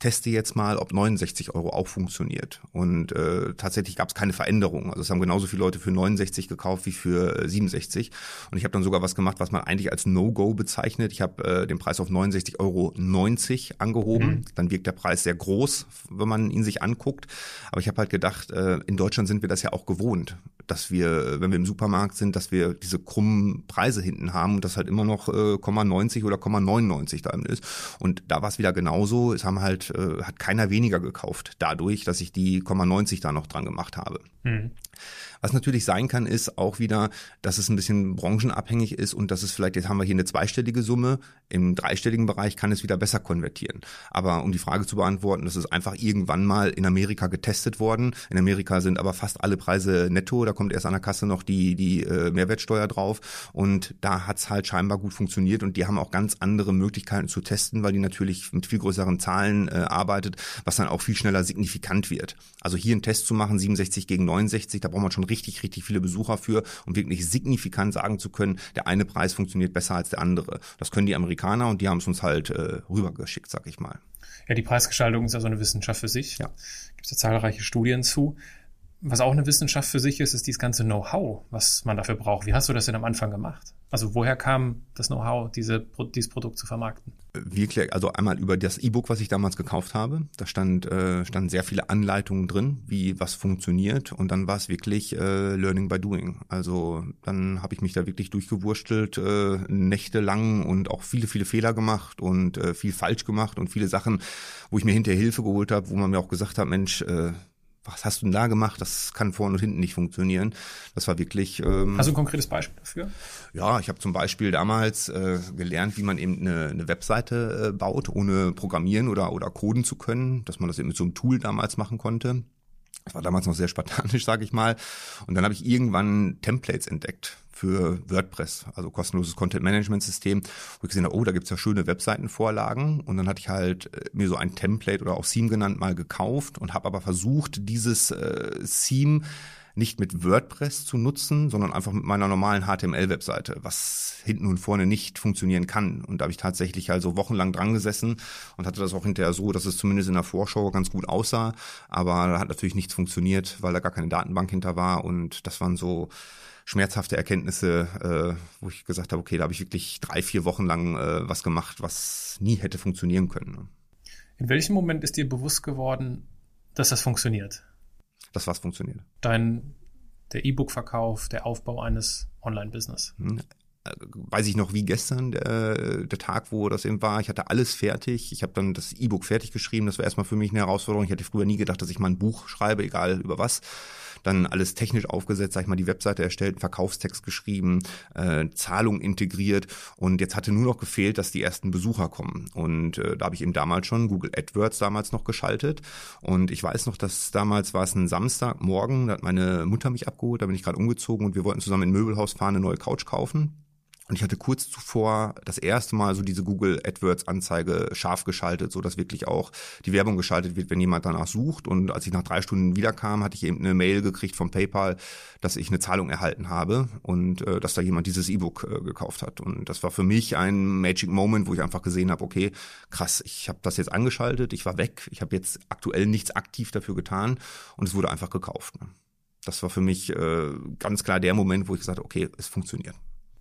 teste jetzt mal, ob neunundsechzig Euro auch funktioniert. Und äh, tatsächlich gab es keine Veränderung. Also es haben genauso viele Leute für neunundsechzig gekauft wie für äh, siebenundsechzig. Und ich habe dann sogar was gemacht, was man eigentlich als No-Go bezeichnet. Ich habe äh, den Preis auf neunundsechzig Euro neunzig angehoben. Mhm. Dann wirkt der Preis sehr groß, wenn man ihn sich anguckt. Aber ich habe halt gedacht, äh, in Deutschland sind wir das ja auch gewohnt, dass wir, wenn wir im Supermarkt sind, dass wir diese krummen Preise hinten haben und das halt immer noch äh, neunzig oder neunundneunzig da ist. Und da war es wieder genauso. Es haben halt äh, hat keiner weniger gekauft, dadurch, dass ich die neunzig da noch dran gemacht habe. Mhm. Was natürlich sein kann, ist auch wieder, dass es ein bisschen branchenabhängig ist und dass es vielleicht, jetzt haben wir hier eine zweistellige Summe, im dreistelligen Bereich kann es wieder besser konvertieren. Aber um die Frage zu beantworten, das ist einfach irgendwann mal in Amerika getestet worden. In Amerika sind aber fast alle Preise netto, da kommt erst an der Kasse noch die die äh, Mehrwertsteuer drauf und da hat es halt scheinbar gut funktioniert und die haben auch ganz andere Möglichkeiten zu testen, weil die natürlich mit viel größeren Zahlen äh, arbeitet, was dann auch viel schneller signifikant wird. Also hier einen Test zu machen, siebenundsechzig gegen neunundsechzig, da braucht man schon richtig, richtig viele Besucher für, um wirklich signifikant sagen zu können, der eine Preis funktioniert besser als der andere. Das können die Amerikaner und die haben es uns halt äh, rübergeschickt, sag ich mal. Ja, die Preisgestaltung ist also eine Wissenschaft für sich. Ja. Gibt es ja zahlreiche Studien zu. Was auch eine Wissenschaft für sich ist, ist dieses ganze Know-how, was man dafür braucht. Wie hast du das denn am Anfang gemacht? Also woher kam das Know-how, diese, dieses Produkt zu vermarkten? Wirklich, also einmal über das E-Book, was ich damals gekauft habe. Da stand, äh, standen sehr viele Anleitungen drin, wie was funktioniert. Und dann war es wirklich äh, Learning by Doing. Also dann habe ich mich da wirklich durchgewurstelt, äh, nächtelang und auch viele, viele Fehler gemacht und äh, viel falsch gemacht und viele Sachen, wo ich mir hinterher Hilfe geholt habe, wo man mir auch gesagt hat, Mensch, äh, was hast du denn da gemacht? Das kann vorne und hinten nicht funktionieren. Das war wirklich... Ähm, hast du ein konkretes Beispiel dafür? Ja, ich habe zum Beispiel damals äh, gelernt, wie man eben eine, eine Webseite äh, baut, ohne programmieren oder, oder coden zu können, dass man das eben mit so einem Tool damals machen konnte. Das war damals noch sehr spartanisch, sage ich mal. Und dann habe ich irgendwann Templates entdeckt für WordPress, also kostenloses Content-Management-System, wo ich gesehen habe, oh, da gibt's ja schöne Webseitenvorlagen. Und dann hatte ich halt mir so ein Template oder auch Theme genannt mal gekauft und habe aber versucht, dieses äh, Theme nicht mit WordPress zu nutzen, sondern einfach mit meiner normalen H T M L-Webseite, was hinten und vorne nicht funktionieren kann. Und da habe ich tatsächlich also wochenlang dran gesessen und hatte das auch hinterher so, dass es zumindest in der Vorschau ganz gut aussah. Aber da hat natürlich nichts funktioniert, weil da gar keine Datenbank hinter war. Und das waren so schmerzhafte Erkenntnisse, äh, wo ich gesagt habe, okay, da habe ich wirklich drei, vier Wochen lang äh, was gemacht, was nie hätte funktionieren können. Ne? In welchem Moment ist dir bewusst geworden, dass das funktioniert? Das was funktioniert. Dein, der E-Book-Verkauf, der Aufbau eines Online-Business. Hm. Weiß ich noch wie gestern, der, der Tag, wo das eben war. Ich hatte alles fertig. Ich habe dann das E-Book fertig geschrieben. Das war erstmal für mich eine Herausforderung. Ich hätte früher nie gedacht, dass ich mal ein Buch schreibe, egal über was. Dann alles technisch aufgesetzt, sag ich mal, die Webseite erstellt, einen Verkaufstext geschrieben, äh, Zahlung integriert und jetzt hatte nur noch gefehlt, dass die ersten Besucher kommen. Und äh, da habe ich eben damals schon Google AdWords damals noch geschaltet und ich weiß noch, dass damals war es ein Samstagmorgen, da hat meine Mutter mich abgeholt, da bin ich gerade umgezogen und wir wollten zusammen in ein Möbelhaus fahren, eine neue Couch kaufen. Und ich hatte kurz zuvor das erste Mal so diese Google AdWords Anzeige scharf geschaltet, so dass wirklich auch die Werbung geschaltet wird, wenn jemand danach sucht. Und als ich nach drei Stunden wiederkam, hatte ich eben eine Mail gekriegt vom PayPal, dass ich eine Zahlung erhalten habe und äh, dass da jemand dieses E-Book äh, gekauft hat. Und das war für mich ein Magic Moment, wo ich einfach gesehen habe, okay, krass, ich habe das jetzt angeschaltet, ich war weg, ich habe jetzt aktuell nichts aktiv dafür getan und es wurde einfach gekauft. Ne? Das war für mich äh, ganz klar der Moment, wo ich gesagt habe, okay, es funktioniert.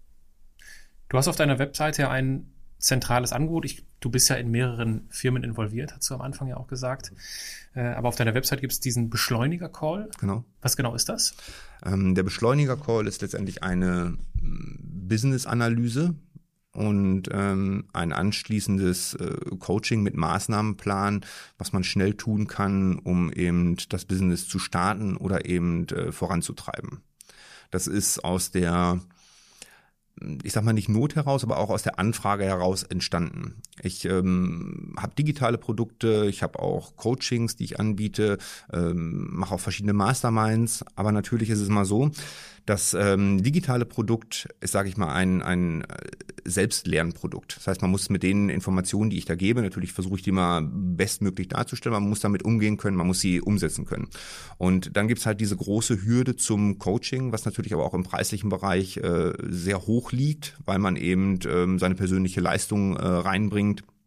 Du hast auf deiner Webseite ja ein zentrales Angebot. Ich, du bist ja in mehreren Firmen involviert, hast du am Anfang ja auch gesagt. Äh, aber auf deiner Webseite gibt es diesen Beschleuniger-Call. Genau. Was genau ist das? Ähm, der Beschleuniger-Call ist letztendlich eine Business-Analyse und ähm, ein anschließendes äh, Coaching mit Maßnahmenplan, was man schnell tun kann, um eben das Business zu starten oder eben äh, voranzutreiben. Das ist aus der ich sag mal nicht Not heraus, aber auch aus der Anfrage heraus entstanden. Ich ähm, habe digitale Produkte, ich habe auch Coachings, die ich anbiete, ähm, mache auch verschiedene Masterminds, aber natürlich ist es mal so, das ähm, digitale Produkt ist, sage ich mal, ein, ein Selbstlernprodukt. Das heißt, man muss mit den Informationen, die ich da gebe, natürlich versuche ich die mal bestmöglich darzustellen, man muss damit umgehen können, man muss sie umsetzen können. Und dann gibt's halt diese große Hürde zum Coaching, was natürlich aber auch im preislichen Bereich äh, sehr hoch liegt, weil man eben ähm, seine persönliche Leistung äh, reinbringt.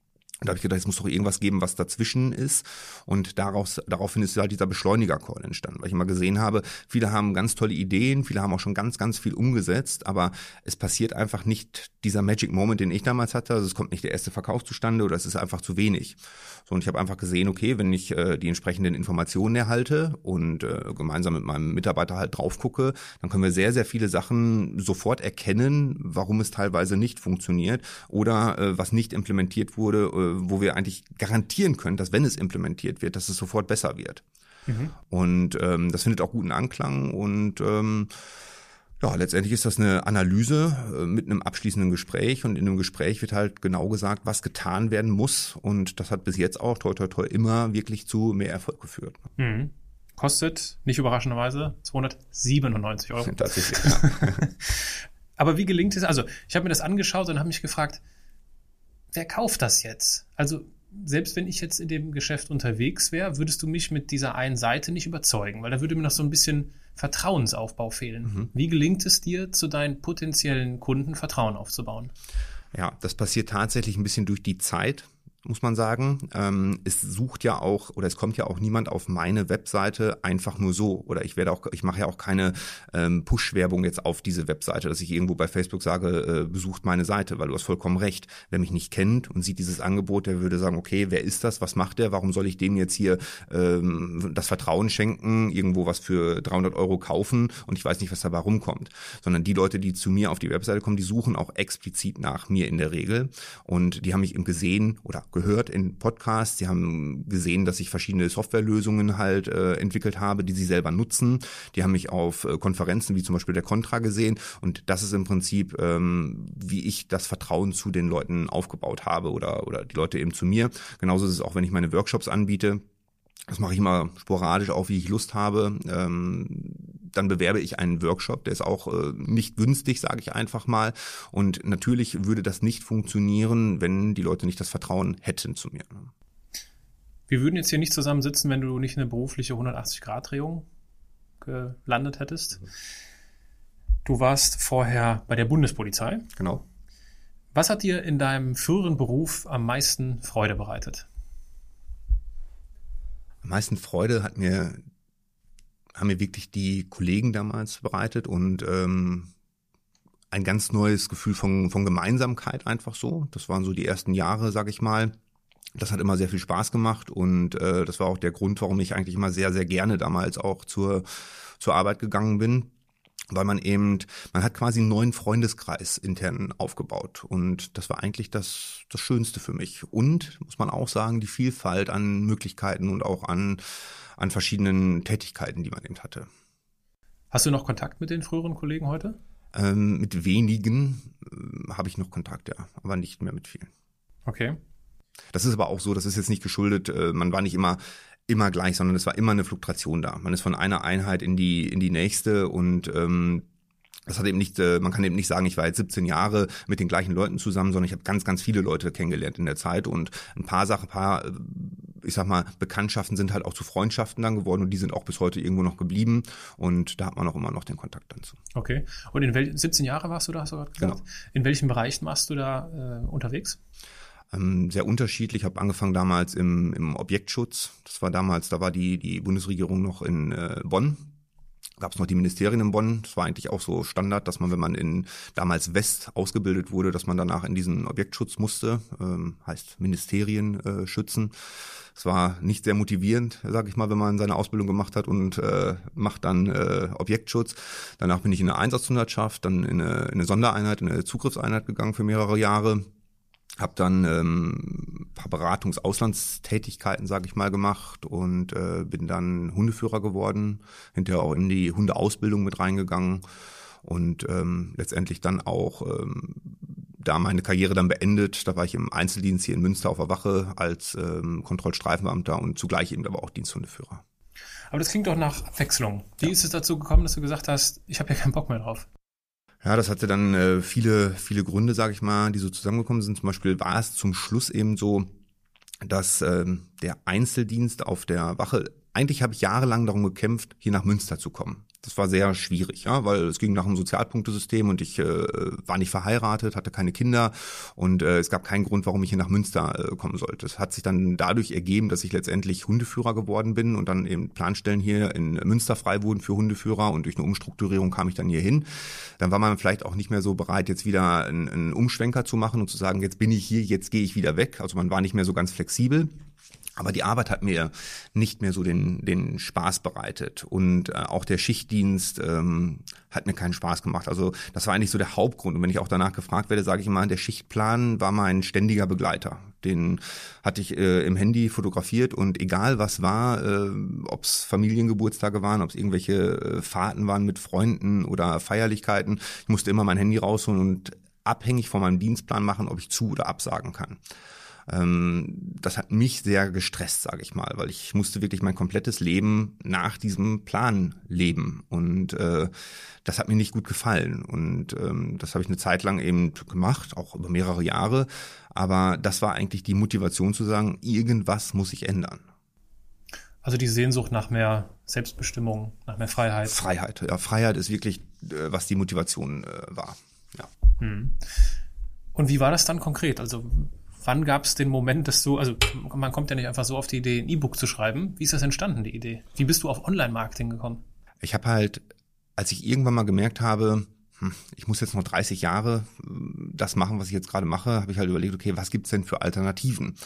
Und da habe ich gedacht, es muss doch irgendwas geben, was dazwischen ist. Und daraus, daraufhin ist halt dieser Beschleuniger-Call entstanden, weil ich immer gesehen habe, viele haben ganz tolle Ideen, viele haben auch schon ganz, ganz viel umgesetzt, aber es passiert einfach nicht dieser Magic Moment, den ich damals hatte. Also es kommt nicht der erste Verkauf zustande oder es ist einfach zu wenig. So, und ich habe einfach gesehen, okay, wenn ich äh, die entsprechenden Informationen erhalte und äh, gemeinsam mit meinem Mitarbeiter halt drauf gucke, dann können wir sehr, sehr viele Sachen sofort erkennen, warum es teilweise nicht funktioniert oder äh, was nicht implementiert wurde, äh, wo wir eigentlich garantieren können, dass wenn es implementiert wird, dass es sofort besser wird. Mhm. Und ähm, das findet auch guten Anklang und ähm, ja, letztendlich ist das eine Analyse äh, mit einem abschließenden Gespräch und in einem Gespräch wird halt genau gesagt, was getan werden muss und das hat bis jetzt auch toi toi toi immer wirklich zu mehr Erfolg geführt. Mhm. Kostet, nicht überraschenderweise, zweihundertsiebenundneunzig Euro. Tatsächlich, ja. Aber wie gelingt es? Also ich habe mir das angeschaut und habe mich gefragt, wer kauft das jetzt? Also selbst wenn ich jetzt in dem Geschäft unterwegs wäre, würdest du mich mit dieser einen Seite nicht überzeugen, weil da würde mir noch so ein bisschen Vertrauensaufbau fehlen. Mhm. Wie gelingt es dir, zu deinen potenziellen Kunden Vertrauen aufzubauen? Ja, das passiert tatsächlich ein bisschen durch die Zeit, muss man sagen. Ähm, es sucht ja auch oder es kommt ja auch niemand auf meine Webseite einfach nur so. Oder ich werde auch, ich mache ja auch keine ähm, Push-Werbung jetzt auf diese Webseite, dass ich irgendwo bei Facebook sage, äh, besucht meine Seite, weil du hast vollkommen recht. Wer mich nicht kennt und sieht dieses Angebot, der würde sagen, okay, wer ist das? Was macht der? Warum soll ich dem jetzt hier ähm, das Vertrauen schenken, irgendwo was für dreihundert Euro kaufen und ich weiß nicht, was dabei rumkommt. Sondern die Leute, die zu mir auf die Webseite kommen, die suchen auch explizit nach mir in der Regel und die haben mich eben gesehen oder gehört in Podcasts. Sie haben gesehen, dass ich verschiedene Softwarelösungen halt äh, entwickelt habe, die sie selber nutzen. Die haben mich auf äh, Konferenzen wie zum Beispiel der Contra gesehen und das ist im Prinzip, ähm, wie ich das Vertrauen zu den Leuten aufgebaut habe oder oder die Leute eben zu mir. Genauso ist es auch, wenn ich meine Workshops anbiete. Das mache ich immer sporadisch auch, wie ich Lust habe. Ähm, dann bewerbe ich einen Workshop, der ist auch äh, nicht günstig, sage ich einfach mal. Und natürlich würde das nicht funktionieren, wenn die Leute nicht das Vertrauen hätten zu mir. Wir würden jetzt hier nicht zusammensitzen, wenn du nicht eine berufliche hundertachtzig-Grad-Drehung gelandet hättest. Du warst vorher bei der Bundespolizei. Genau. Was hat dir in deinem früheren Beruf am meisten Freude bereitet? Am meisten Freude hat mir, haben mir wirklich die Kollegen damals bereitet und ähm, ein ganz neues Gefühl von, von Gemeinsamkeit einfach so. Das waren so die ersten Jahre, sag ich mal. Das hat immer sehr viel Spaß gemacht und äh, das war auch der Grund, warum ich eigentlich immer sehr, sehr gerne damals auch zur, zur Arbeit gegangen bin. Weil man eben, man hat quasi einen neuen Freundeskreis intern aufgebaut und das war eigentlich das, das Schönste für mich. Und, muss man auch sagen, die Vielfalt an Möglichkeiten und auch an, an verschiedenen Tätigkeiten, die man eben hatte. Hast du noch Kontakt mit den früheren Kollegen heute? Ähm, mit wenigen äh, habe ich noch Kontakt, ja, aber nicht mehr mit vielen. Okay. Das ist aber auch so, das ist jetzt nicht geschuldet, äh, man war nicht immer immer gleich, sondern es war immer eine Fluktuation da. Man ist von einer Einheit in die in die nächste und ähm, das hat eben nicht, äh, man kann eben nicht sagen, ich war jetzt siebzehn Jahre mit den gleichen Leuten zusammen, sondern ich habe ganz, ganz viele Leute kennengelernt in der Zeit und ein paar Sachen, ein paar, ich sag mal, Bekanntschaften sind halt auch zu Freundschaften dann geworden und die sind auch bis heute irgendwo noch geblieben und da hat man auch immer noch den Kontakt dann zu. Okay. Und in welchen, siebzehn Jahre warst du da, hast du gerade gesagt? Genau. In welchen Bereichen warst du da äh, unterwegs? Ähm, sehr unterschiedlich. Ich habe angefangen damals im, im Objektschutz. Das war damals, da war die, die Bundesregierung noch in äh, Bonn. Gab es noch die Ministerien in Bonn. Das war eigentlich auch so Standard, dass man, wenn man in damals West ausgebildet wurde, dass man danach in diesen Objektschutz musste. Ähm, heißt Ministerien äh, schützen. Es war nicht sehr motivierend, sage ich mal, wenn man seine Ausbildung gemacht hat und äh, macht dann äh, Objektschutz. Danach bin ich in eine Einsatzhundertschaft, dann in eine, in eine Sondereinheit, in eine Zugriffseinheit gegangen für mehrere Jahre. Hab dann ähm, paar Beratungs-Auslandstätigkeiten, sage ich mal, gemacht und äh, bin dann Hundeführer geworden, hinterher auch in die Hundeausbildung mit reingegangen und ähm, letztendlich dann auch ähm, da meine Karriere dann beendet. Da war ich im Einzeldienst hier in Münster auf der Wache als ähm, Kontrollstreifenbeamter und zugleich eben aber auch Diensthundeführer. Aber das klingt doch nach Abwechslung. Wie ja. ist es dazu gekommen, dass du gesagt hast, ich habe ja keinen Bock mehr drauf? Ja, das hatte dann äh, viele, viele Gründe, sage ich mal, die so zusammengekommen sind. Zum Beispiel war es zum Schluss eben so, dass ähm, der Einzeldienst auf der Wache, eigentlich habe ich jahrelang darum gekämpft, hier nach Münster zu kommen. das war sehr schwierig, ja, weil es ging nach einem Sozialpunktesystem und ich äh, war nicht verheiratet, hatte keine Kinder und äh, es gab keinen Grund, warum ich hier nach Münster äh, kommen sollte. Es hat sich dann dadurch ergeben, dass ich letztendlich Hundeführer geworden bin und dann eben Planstellen hier in Münster frei wurden für Hundeführer und durch eine Umstrukturierung kam ich dann hier hin. Dann war man vielleicht auch nicht mehr so bereit, jetzt wieder einen, einen Umschwenker zu machen und zu sagen, jetzt bin ich hier, jetzt gehe ich wieder weg. Also man war nicht mehr so ganz flexibel. Aber die Arbeit hat mir nicht mehr so den den Spaß bereitet und äh, auch der Schichtdienst ähm, hat mir keinen Spaß gemacht. Also das war eigentlich so der Hauptgrund. Und wenn ich auch danach gefragt werde, sage ich immer, der Schichtplan war mein ständiger Begleiter. Den hatte ich äh, im Handy fotografiert und egal was war, äh, ob es Familiengeburtstage waren, ob es irgendwelche äh, Fahrten waren mit Freunden oder Feierlichkeiten, ich musste immer mein Handy rausholen und abhängig von meinem Dienstplan machen, ob ich zu- oder absagen kann. Das hat mich sehr gestresst, sage ich mal, weil ich musste wirklich mein komplettes Leben nach diesem Plan leben und äh, das hat mir nicht gut gefallen und ähm, das habe ich eine Zeit lang eben gemacht, auch über mehrere Jahre, aber das war eigentlich die Motivation zu sagen, irgendwas muss sich ändern. Also die Sehnsucht nach mehr Selbstbestimmung, nach mehr Freiheit. Freiheit, ja, Freiheit ist wirklich, äh, was die Motivation äh, war, ja. Hm. Und wie war das dann konkret? Also wann gab es den Moment, dass du, also man kommt ja nicht einfach so auf die Idee, ein E-Book zu schreiben. Wie ist das entstanden, die Idee? Wie bist du auf Online-Marketing gekommen? Ich habe halt, als ich irgendwann mal gemerkt habe, hm, ich muss jetzt noch dreißig Jahre das machen, was ich jetzt gerade mache, habe ich halt überlegt, okay, was gibt's denn für Alternativen?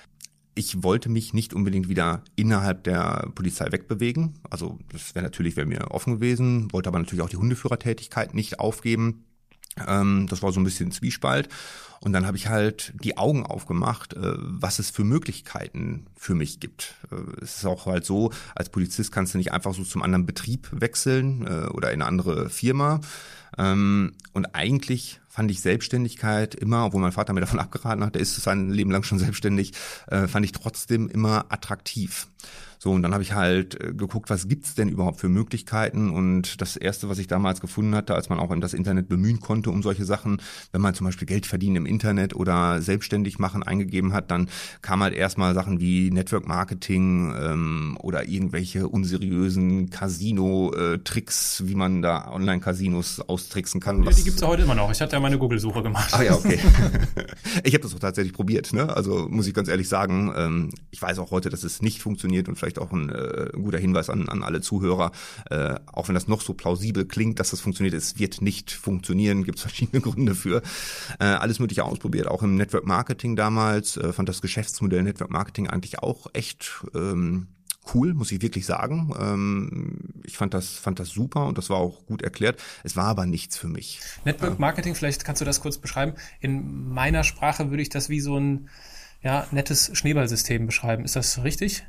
Ich wollte mich nicht unbedingt wieder innerhalb der Polizei wegbewegen. Also das wäre natürlich, wäre mir offen gewesen, wollte aber natürlich auch die Hundeführertätigkeit nicht aufgeben. Ähm, das war so ein bisschen Zwiespalt. Und dann habe ich halt die Augen aufgemacht, äh, was es für Möglichkeiten für mich gibt. Äh, es ist auch halt so, als Polizist kannst du nicht einfach so zum anderen Betrieb wechseln äh, oder in eine andere Firma. Ähm, und eigentlich fand ich Selbstständigkeit immer, obwohl mein Vater mir davon abgeraten hat, der ist sein Leben lang schon selbstständig, äh, fand ich trotzdem immer attraktiv. So, und dann habe ich halt äh, geguckt, was gibt's denn überhaupt für Möglichkeiten? Und das Erste, was ich damals gefunden hatte, als man auch in das Internet bemühen konnte um solche Sachen, wenn man zum Beispiel Geld verdienen im Internet oder selbstständig machen eingegeben hat, dann kam halt erstmal Sachen wie Network Marketing ähm, oder irgendwelche unseriösen Casino-Tricks, wie man da Online-Casinos austricksen kann. Ja, die gibt's ja heute immer noch. Ich hatte ja meine Google-Suche gemacht. Ah ja, okay. Ich habe das auch tatsächlich probiert, ne? Also muss ich ganz ehrlich sagen, ähm, ich weiß auch heute, dass es nicht funktioniert und vielleicht auch ein äh, guter Hinweis an, an alle Zuhörer, äh, auch wenn das noch so plausibel klingt, dass das funktioniert, es wird nicht funktionieren, gibt es verschiedene Gründe für. Äh, alles Mögliche ausprobiert, auch im Network Marketing damals, äh, fand das Geschäftsmodell Network Marketing eigentlich auch echt ähm, cool, muss ich wirklich sagen. Ähm, ich fand das, fand das super und das war auch gut erklärt. Es war aber nichts für mich. Network Marketing, vielleicht kannst du das kurz beschreiben. In meiner Sprache würde ich das wie so ein ja, nettes Schneeballsystem beschreiben. Ist das richtig?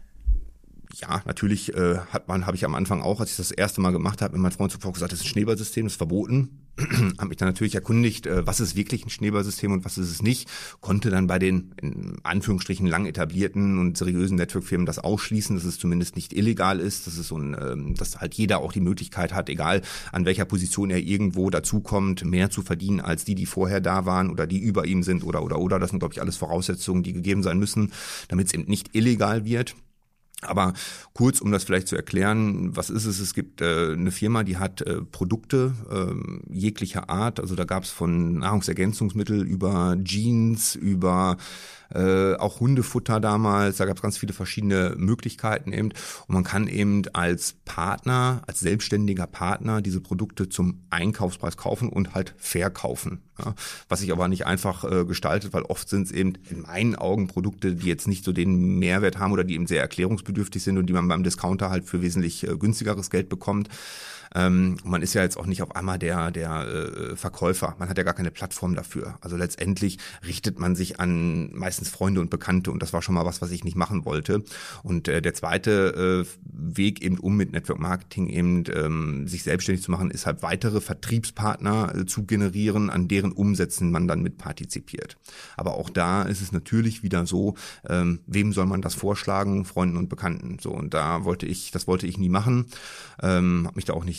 Ja, natürlich äh, hat man, habe ich am Anfang auch, als ich das erste Mal gemacht habe, mit meinem Freund sofort gesagt, das ist ein Schneeballsystem, das ist verboten. Habe mich dann natürlich erkundigt, äh, was ist wirklich ein Schneeballsystem und was ist es nicht. Konnte dann bei den in Anführungsstrichen lang etablierten und seriösen Network-Firmen das ausschließen, dass es zumindest nicht illegal ist, dass es so ein, ähm, dass halt jeder auch die Möglichkeit hat, egal an welcher Position er irgendwo dazukommt, mehr zu verdienen als die, die vorher da waren oder die über ihm sind oder oder oder. Das sind, glaube ich, alles Voraussetzungen, die gegeben sein müssen, damit es eben nicht illegal wird. Aber kurz, um das vielleicht zu erklären, was ist es? Es gibt äh, eine Firma, die hat äh, Produkte äh, jeglicher Art. Also da gab es von Nahrungsergänzungsmittel über Jeans, über äh, auch Hundefutter damals. Da gab es ganz viele verschiedene Möglichkeiten eben. Und man kann eben als Partner, als selbstständiger Partner diese Produkte zum Einkaufspreis kaufen und halt verkaufen. Ja, was sich aber nicht einfach äh, gestaltet, weil oft sind es eben in meinen Augen Produkte, die jetzt nicht so den Mehrwert haben oder die eben sehr erklärungsbedürftig sind und die man beim Discounter halt für wesentlich äh, günstigeres Geld bekommt. Ähm, man ist ja jetzt auch nicht auf einmal der der äh, Verkäufer, man hat ja gar keine Plattform dafür. Also letztendlich richtet man sich an meistens Freunde und Bekannte und das war schon mal was, was ich nicht machen wollte. Und äh, der zweite äh, Weg eben, um mit Network Marketing eben ähm, sich selbstständig zu machen, ist halt weitere Vertriebspartner äh, zu generieren, an deren Umsätzen man dann mit partizipiert. Aber auch da ist es natürlich wieder so, ähm, wem soll man das vorschlagen? Freunden und Bekannten. So, und da wollte ich, das wollte ich nie machen, ähm, habe mich da auch nicht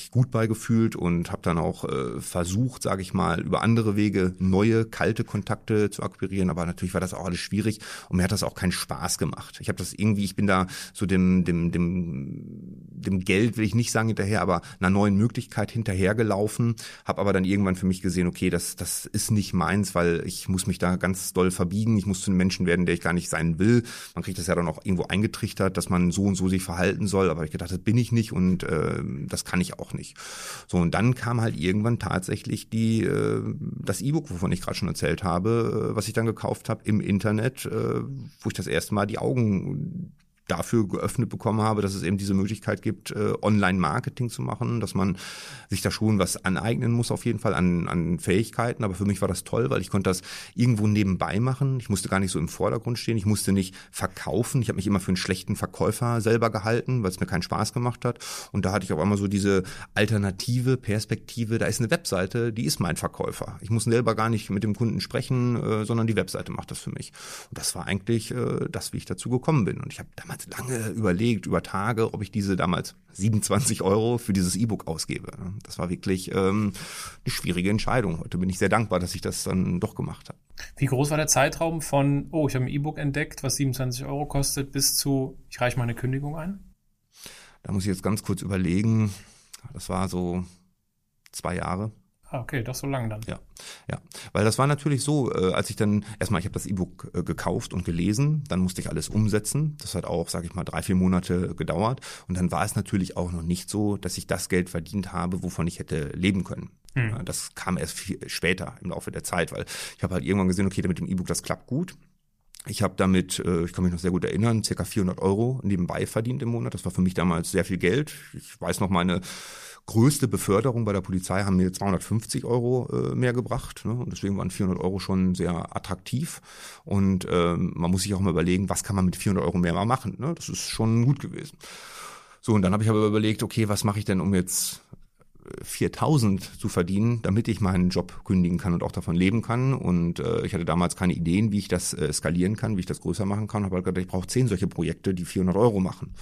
mich gut beigefühlt und habe dann auch äh, versucht, sage ich mal, über andere Wege neue, kalte Kontakte zu akquirieren. Aber natürlich war das auch alles schwierig und mir hat das auch keinen Spaß gemacht. Ich habe das irgendwie, ich bin da so dem, dem, dem, dem Geld, will ich nicht sagen hinterher, aber einer neuen Möglichkeit hinterhergelaufen, habe aber dann irgendwann für mich gesehen, okay, das, das ist nicht meins, weil ich muss mich da ganz doll verbiegen. Ich muss zu einem Menschen werden, der ich gar nicht sein will. Man kriegt das ja dann auch irgendwo eingetrichtert, dass man so und so sich verhalten soll. Aber ich gedacht, das bin ich nicht und äh, das kann ich auch nicht. So, und dann kam halt irgendwann tatsächlich die äh, das E-Book, wovon ich gerade schon erzählt habe, äh, was ich dann gekauft habe im Internet, äh, wo ich das erste Mal die Augen dafür geöffnet bekommen habe, dass es eben diese Möglichkeit gibt, äh, Online-Marketing zu machen, dass man sich da schon was aneignen muss, auf jeden Fall an, an Fähigkeiten. Aber für mich war das toll, weil ich konnte das irgendwo nebenbei machen. Ich musste gar nicht so im Vordergrund stehen. Ich musste nicht verkaufen. Ich habe mich immer für einen schlechten Verkäufer selber gehalten, weil es mir keinen Spaß gemacht hat. Und da hatte ich auf einmal so diese alternative Perspektive. Da ist eine Webseite, die ist mein Verkäufer. Ich muss selber gar nicht mit dem Kunden sprechen, äh, sondern die Webseite macht das für mich. Und das war eigentlich äh, das, wie ich dazu gekommen bin. Und ich habe damals lange überlegt, über Tage, ob ich diese damals siebenundzwanzig Euro für dieses E-Book ausgebe. Das war wirklich ähm, eine schwierige Entscheidung. Heute bin ich sehr dankbar, dass ich das dann doch gemacht habe. Wie groß war der Zeitraum von, oh, ich habe ein E-Book entdeckt, was siebenundzwanzig Euro kostet, bis zu, ich reiche meine Kündigung ein? Da muss ich jetzt ganz kurz überlegen. Das war so zwei Jahre. Ah, okay, doch so lang dann. Ja, ja, weil das war natürlich so, äh, als ich dann, erstmal, ich habe das E-Book äh, gekauft und gelesen, dann musste ich alles umsetzen. Das hat auch, sage ich mal, drei, vier Monate gedauert. Und dann war es natürlich auch noch nicht so, dass ich das Geld verdient habe, wovon ich hätte leben können. Hm. Ja, das kam erst viel später im Laufe der Zeit, weil ich habe halt irgendwann gesehen, okay, mit dem E-Book, das klappt gut. Ich habe damit, äh, ich kann mich noch sehr gut erinnern, circa vierhundert Euro nebenbei verdient im Monat. Das war für mich damals sehr viel Geld. Ich weiß noch, meine größte Beförderung bei der Polizei haben mir zweihundertfünfzig Euro äh, mehr gebracht, ne? Und deswegen waren vierhundert Euro schon sehr attraktiv. Und ähm, man muss sich auch mal überlegen, was kann man mit vierhundert Euro mehr mal machen, ne? Das ist schon gut gewesen. So, und dann habe ich aber überlegt, okay, was mache ich denn, um jetzt viertausend zu verdienen, damit ich meinen Job kündigen kann und auch davon leben kann. Und äh, ich hatte damals keine Ideen, wie ich das äh, skalieren kann, wie ich das größer machen kann. Habe halt gedacht, ich brauche zehn solche Projekte, die vierhundert Euro machen.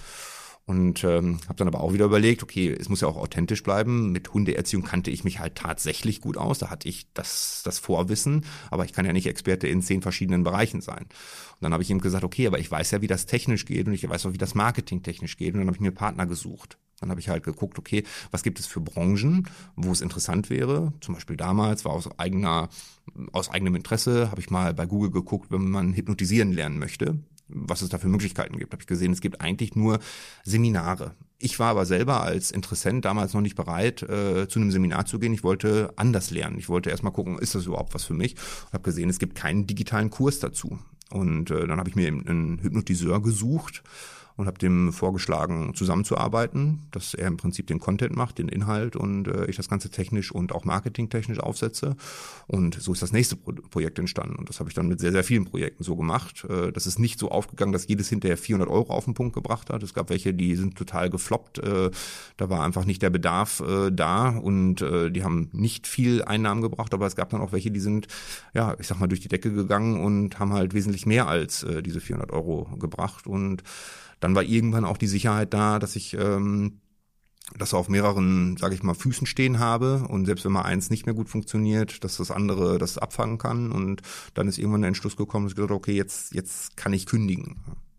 Und ähm, habe dann aber auch wieder überlegt, okay, es muss ja auch authentisch bleiben. Mit Hundeerziehung kannte ich mich halt tatsächlich gut aus. Da hatte ich das, das Vorwissen, aber ich kann ja nicht Experte in zehn verschiedenen Bereichen sein. Und dann habe ich ihm gesagt, okay, aber ich weiß ja, wie das technisch geht und ich weiß auch, wie das Marketing technisch geht. Und dann habe ich mir Partner gesucht. Dann habe ich halt geguckt, okay, was gibt es für Branchen, wo es interessant wäre. Zum Beispiel damals war aus eigener, aus eigenem Interesse, habe ich mal bei Google geguckt, wenn man hypnotisieren lernen möchte, was es da für Möglichkeiten gibt. Habe ich gesehen, es gibt eigentlich nur Seminare. Ich war aber selber als Interessent damals noch nicht bereit, äh, zu einem Seminar zu gehen. Ich wollte anders lernen. Ich wollte erstmal gucken, ist das überhaupt was für mich? Und habe gesehen, es gibt keinen digitalen Kurs dazu. Und äh, dann habe ich mir einen Hypnotiseur gesucht und habe dem vorgeschlagen, zusammenzuarbeiten, dass er im Prinzip den Content macht, den Inhalt und äh, ich das Ganze technisch und auch marketingtechnisch aufsetze. Und so ist das nächste Pro- Projekt entstanden. Und das habe ich dann mit sehr, sehr vielen Projekten so gemacht. Äh, das ist nicht so aufgegangen, dass jedes hinterher vierhundert Euro auf den Punkt gebracht hat. Es gab welche, die sind total gefloppt. Äh, da war einfach nicht der Bedarf äh, da und äh, die haben nicht viel Einnahmen gebracht. Aber es gab dann auch welche, die sind, ja, ich sag mal, durch die Decke gegangen und haben halt wesentlich mehr als äh, diese vierhundert Euro gebracht. Und dann war irgendwann auch die Sicherheit da, dass ich ähm, das auf mehreren, sage ich mal, Füßen stehen habe und selbst wenn mal eins nicht mehr gut funktioniert, dass das andere das abfangen kann. Und dann ist irgendwann der Entschluss gekommen, dass ich gesagt habe, okay, jetzt, jetzt kann ich kündigen.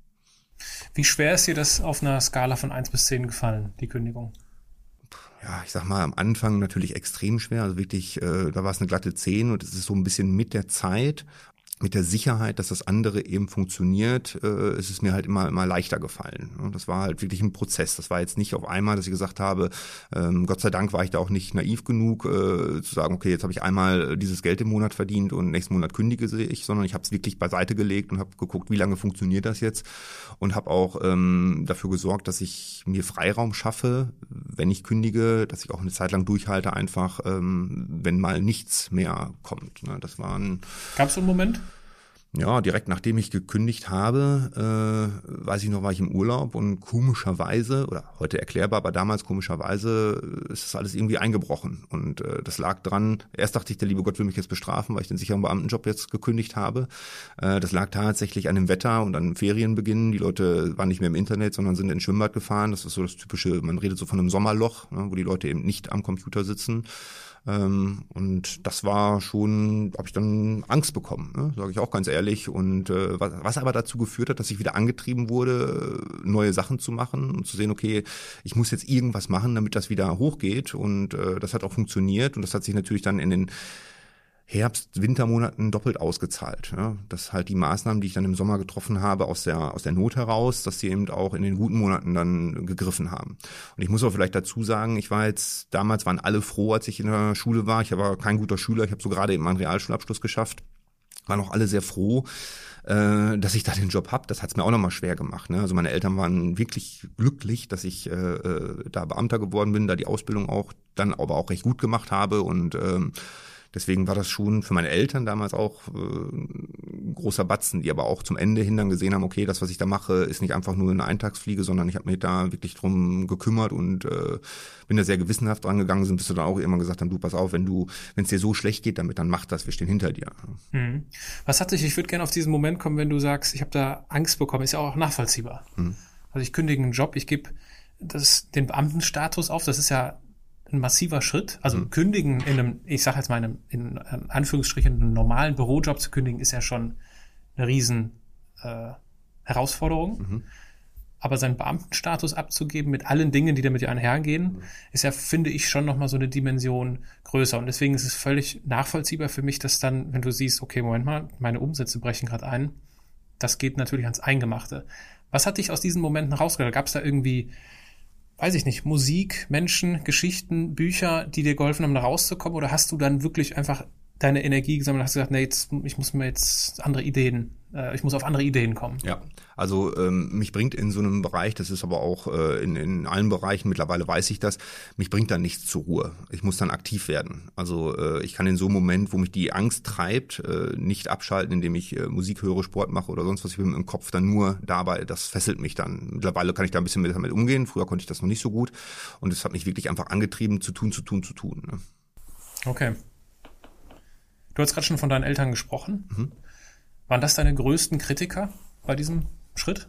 Wie schwer ist dir das auf einer Skala von eins bis zehn gefallen, die Kündigung? Ja, ich sag mal, am Anfang natürlich extrem schwer, also wirklich, äh, da war es eine glatte zehn und es ist so ein bisschen mit der Zeit, mit der Sicherheit, dass das andere eben funktioniert, äh, ist es mir halt immer immer leichter gefallen. Und das war halt wirklich ein Prozess. Das war jetzt nicht auf einmal, dass ich gesagt habe, ähm, Gott sei Dank war ich da auch nicht naiv genug, äh, zu sagen, okay, jetzt habe ich einmal dieses Geld im Monat verdient und nächsten Monat kündige ich, sondern ich habe es wirklich beiseite gelegt und habe geguckt, wie lange funktioniert das jetzt und habe auch ähm, dafür gesorgt, dass ich mir Freiraum schaffe, wenn ich kündige, dass ich auch eine Zeit lang durchhalte, einfach, ähm, wenn mal nichts mehr kommt. Ne? Das war ein Gab es so einen Moment? Ja, direkt nachdem ich gekündigt habe, äh, weiß ich noch, war ich im Urlaub und komischerweise, oder heute erklärbar, aber damals komischerweise ist das alles irgendwie eingebrochen. Und äh, das lag dran, erst dachte ich, der liebe Gott will mich jetzt bestrafen, weil ich den sicheren Beamtenjob jetzt gekündigt habe. Äh, das lag tatsächlich an dem Wetter und an dem Ferienbeginn. Die Leute waren nicht mehr im Internet, sondern sind ins Schwimmbad gefahren. Das ist so das typische, man redet so von einem Sommerloch, ne, wo die Leute eben nicht am Computer sitzen. Ähm, und das war schon, habe ich dann Angst bekommen, ne? Sage ich auch ganz ehrlich. Und äh, was, was aber dazu geführt hat, dass ich wieder angetrieben wurde, neue Sachen zu machen und zu sehen, okay, ich muss jetzt irgendwas machen, damit das wieder hochgeht. Und äh, das hat auch funktioniert. Und das hat sich natürlich dann in den Herbst-, Wintermonaten doppelt ausgezahlt. Ja, dass halt die Maßnahmen, die ich dann im Sommer getroffen habe, aus der aus der Not heraus, dass sie eben auch in den guten Monaten dann gegriffen haben. Und ich muss auch vielleicht dazu sagen, ich war jetzt, damals waren alle froh, als ich in der Schule war. Ich war kein guter Schüler, ich habe so gerade eben meinen Realschulabschluss geschafft. Waren auch alle sehr froh, äh, dass ich da den Job hab. Das hat's mir auch nochmal schwer gemacht. Ne? Also meine Eltern waren wirklich glücklich, dass ich äh, da Beamter geworden bin, da die Ausbildung auch dann aber auch recht gut gemacht habe und ähm, deswegen war das schon für meine Eltern damals auch äh, ein großer Batzen, die aber auch zum Ende hin dann gesehen haben, okay, das, was ich da mache, ist nicht einfach nur eine Eintagsfliege, sondern ich habe mich da wirklich drum gekümmert und äh, bin da sehr gewissenhaft dran gegangen, sind bis wir dann auch immer gesagt haben, du, pass auf, wenn du, wenn es dir so schlecht geht damit, dann mach das, wir stehen hinter dir. Mhm. Was hat dich, ich würde gerne auf diesen Moment kommen, wenn du sagst, ich habe da Angst bekommen, ist ja auch nachvollziehbar. Mhm. Also ich kündige einen Job, ich gebe das den Beamtenstatus auf, das ist ja ein massiver Schritt. Also mhm. kündigen in einem, ich sage jetzt mal in einem, in Anführungsstrichen, einem normalen Bürojob zu kündigen, ist ja schon eine riesen äh, Herausforderung. Mhm. Aber seinen Beamtenstatus abzugeben mit allen Dingen, die damit ja einhergehen, mhm. ist ja, finde ich, schon nochmal so eine Dimension größer. Und deswegen ist es völlig nachvollziehbar für mich, dass dann, wenn du siehst, okay, Moment mal, meine Umsätze brechen gerade ein, das geht natürlich ans Eingemachte. Was hat dich aus diesen Momenten rausgeholt? Gab es da irgendwie, weiß ich nicht, Musik, Menschen, Geschichten, Bücher, die dir geholfen haben, da rauszukommen? Oder hast du dann wirklich einfach deine Energie gesammelt und hast gesagt, nee, jetzt, ich muss mir jetzt andere Ideen, äh, ich muss auf andere Ideen kommen? Ja, also ähm, mich bringt in so einem Bereich, das ist aber auch äh, in, in allen Bereichen, mittlerweile weiß ich das, mich bringt dann nichts zur Ruhe. Ich muss dann aktiv werden. Also äh, ich kann in so einem Moment, wo mich die Angst treibt, äh, nicht abschalten, indem ich äh, Musik höre, Sport mache oder sonst was. Ich bin im Kopf dann nur dabei, das fesselt mich dann. Mittlerweile kann ich da ein bisschen mit, damit umgehen. Früher konnte ich das noch nicht so gut. Und es hat mich wirklich einfach angetrieben, zu tun, zu tun, zu tun. Ne? Okay. Du hast gerade schon von deinen Eltern gesprochen. Mhm. Waren das deine größten Kritiker bei diesem Schritt?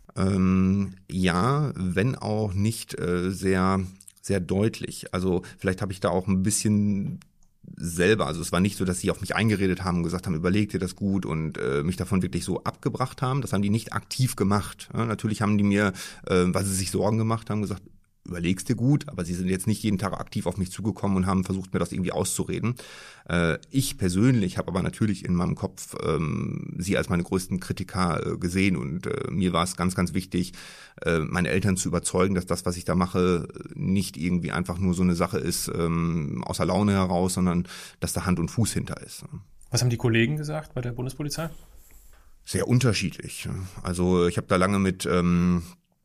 Ähm, ja, wenn auch nicht äh, sehr, sehr deutlich. Also vielleicht habe ich da auch ein bisschen selber, also es war nicht so, dass sie auf mich eingeredet haben und gesagt haben, überleg dir das gut und äh, mich davon wirklich so abgebracht haben. Das haben die nicht aktiv gemacht. Ja, natürlich haben die mir, äh, weil sie sich Sorgen gemacht haben, gesagt, überlegst dir gut, aber sie sind jetzt nicht jeden Tag aktiv auf mich zugekommen und haben versucht, mir das irgendwie auszureden. Äh, ich persönlich habe aber natürlich in meinem Kopf ähm, sie als meine größten Kritiker äh, gesehen und äh, mir war es ganz, ganz wichtig, äh, meine Eltern zu überzeugen, dass das, was ich da mache, nicht irgendwie einfach nur so eine Sache ist, ähm, aus der Laune heraus, sondern dass da Hand und Fuß hinter ist. Was haben die Kollegen gesagt bei der Bundespolizei? Sehr unterschiedlich. Also ich habe da lange mit ähm,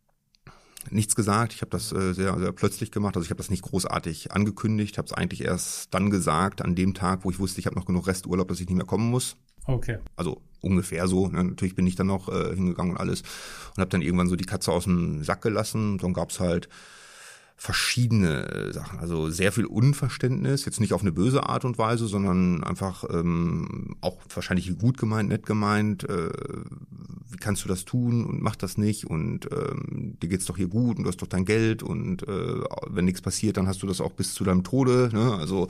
nichts gesagt. Ich habe das äh, sehr, sehr plötzlich gemacht. Also ich habe das nicht großartig angekündigt. Habe es eigentlich erst dann gesagt, an dem Tag, wo ich wusste, ich habe noch genug Resturlaub, dass ich nicht mehr kommen muss. Okay. Also ungefähr so. Ne? Natürlich bin ich dann noch äh, hingegangen und alles und habe dann irgendwann so die Katze aus dem Sack gelassen. Dann gab's halt verschiedene Sachen, also sehr viel Unverständnis, jetzt nicht auf eine böse Art und Weise, sondern einfach ähm, auch wahrscheinlich gut gemeint, nett gemeint, äh, wie kannst du das tun und mach das nicht und ähm, dir geht's doch hier gut und du hast doch dein Geld und äh, wenn nichts passiert, dann hast du das auch bis zu deinem Tode, ne? Also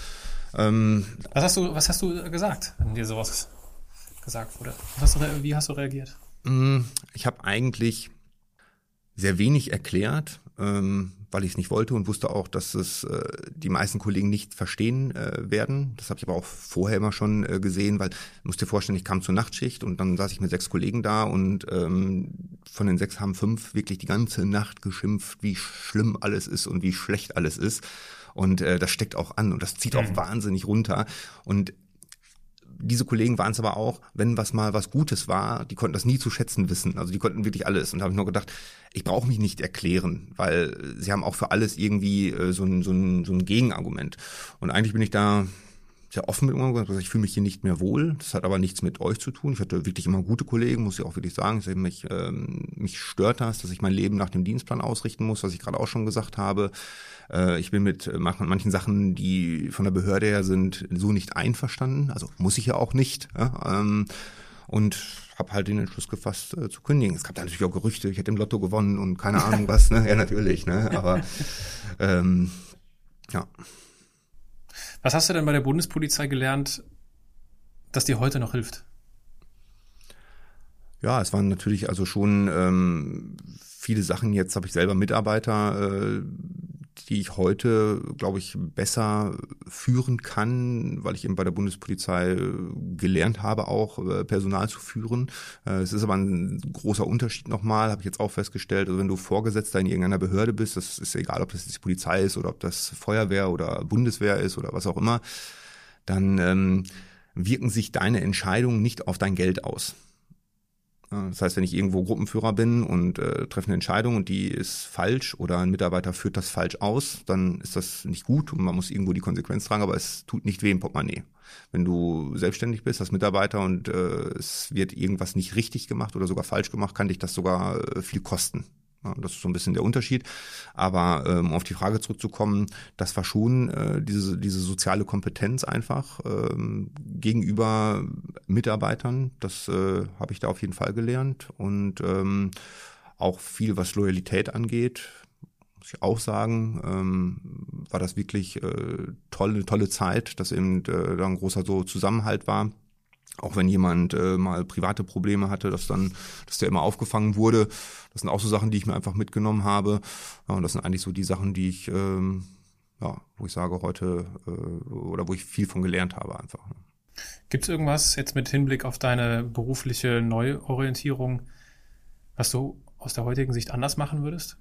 ähm, was hast du, was hast du gesagt, wenn dir sowas gesagt wurde? Was hast du, wie hast du reagiert? Ich habe eigentlich sehr wenig erklärt, ähm, weil ich es nicht wollte und wusste auch, dass es äh, die meisten Kollegen nicht verstehen äh, werden. Das habe ich aber auch vorher immer schon äh, gesehen, weil, du musst dir vorstellen, ich kam zur Nachtschicht und dann saß ich mit sechs Kollegen da und ähm, von den sechs haben fünf wirklich die ganze Nacht geschimpft, wie schlimm alles ist und wie schlecht alles ist. Und äh, das steckt auch an und das zieht auch mhm. wahnsinnig runter. Und diese Kollegen waren es aber auch, wenn was mal was Gutes war, die konnten das nie zu schätzen wissen. Also die konnten wirklich alles. Und da habe ich nur gedacht, ich brauche mich nicht erklären, weil sie haben auch für alles irgendwie äh, so, ein, so, ein, so ein Gegenargument. Und eigentlich bin ich da sehr offen mit umgegangen. Ich fühle mich hier nicht mehr wohl. Das hat aber nichts mit euch zu tun. Ich hatte wirklich immer gute Kollegen, muss ich auch wirklich sagen. Ich, mich, ähm, mich stört das, dass ich mein Leben nach dem Dienstplan ausrichten muss, was ich gerade auch schon gesagt habe. Äh, ich bin mit manchen Sachen, die von der Behörde her sind, so nicht einverstanden. Also muss ich ja auch nicht. Ja? Ähm, und habe halt den Entschluss gefasst, äh, zu kündigen. Es gab da natürlich auch Gerüchte, ich hätte im Lotto gewonnen und keine Ahnung was. Ne? Ja, natürlich. Ne? Aber ähm, ja. Was hast du denn bei der Bundespolizei gelernt, das dir heute noch hilft? Ja, es waren natürlich also schon ähm, viele Sachen. Jetzt habe ich selber Mitarbeiter, äh, die ich heute, glaube ich, besser führen kann, weil ich eben bei der Bundespolizei gelernt habe, auch äh, Personal zu führen. Äh, es ist aber ein großer Unterschied nochmal, habe ich jetzt auch festgestellt. Also wenn du Vorgesetzter in irgendeiner Behörde bist, das ist egal, ob das jetzt die Polizei ist oder ob das Feuerwehr oder Bundeswehr ist oder was auch immer, dann ähm, wirken sich deine Entscheidungen nicht auf dein Geld aus. Das heißt, wenn ich irgendwo Gruppenführer bin und äh, treffe eine Entscheidung und die ist falsch oder ein Mitarbeiter führt das falsch aus, dann ist das nicht gut und man muss irgendwo die Konsequenz tragen, aber es tut nicht weh im Portemonnaie. Wenn du selbstständig bist als Mitarbeiter und äh, es wird irgendwas nicht richtig gemacht oder sogar falsch gemacht, kann dich das sogar äh, viel kosten. Ja, das ist so ein bisschen der Unterschied. Aber ähm, um auf die Frage zurückzukommen, das war schon äh, diese diese soziale Kompetenz einfach ähm, gegenüber Mitarbeitern. Das äh, habe ich da auf jeden Fall gelernt. Und ähm, auch viel, was Loyalität angeht, muss ich auch sagen, ähm, war das wirklich äh, tolle, tolle Zeit, dass eben äh, da ein großer so Zusammenhalt war. Auch wenn jemand äh, mal private Probleme hatte, dass dann, dass der immer aufgefangen wurde. Das sind auch so Sachen, die ich mir einfach mitgenommen habe. Ja, und das sind eigentlich so die Sachen, die ich, ähm, ja, wo ich sage heute äh, oder wo ich viel von gelernt habe einfach. Gibt es irgendwas jetzt mit Hinblick auf deine berufliche Neuorientierung, was du aus der heutigen Sicht anders machen würdest?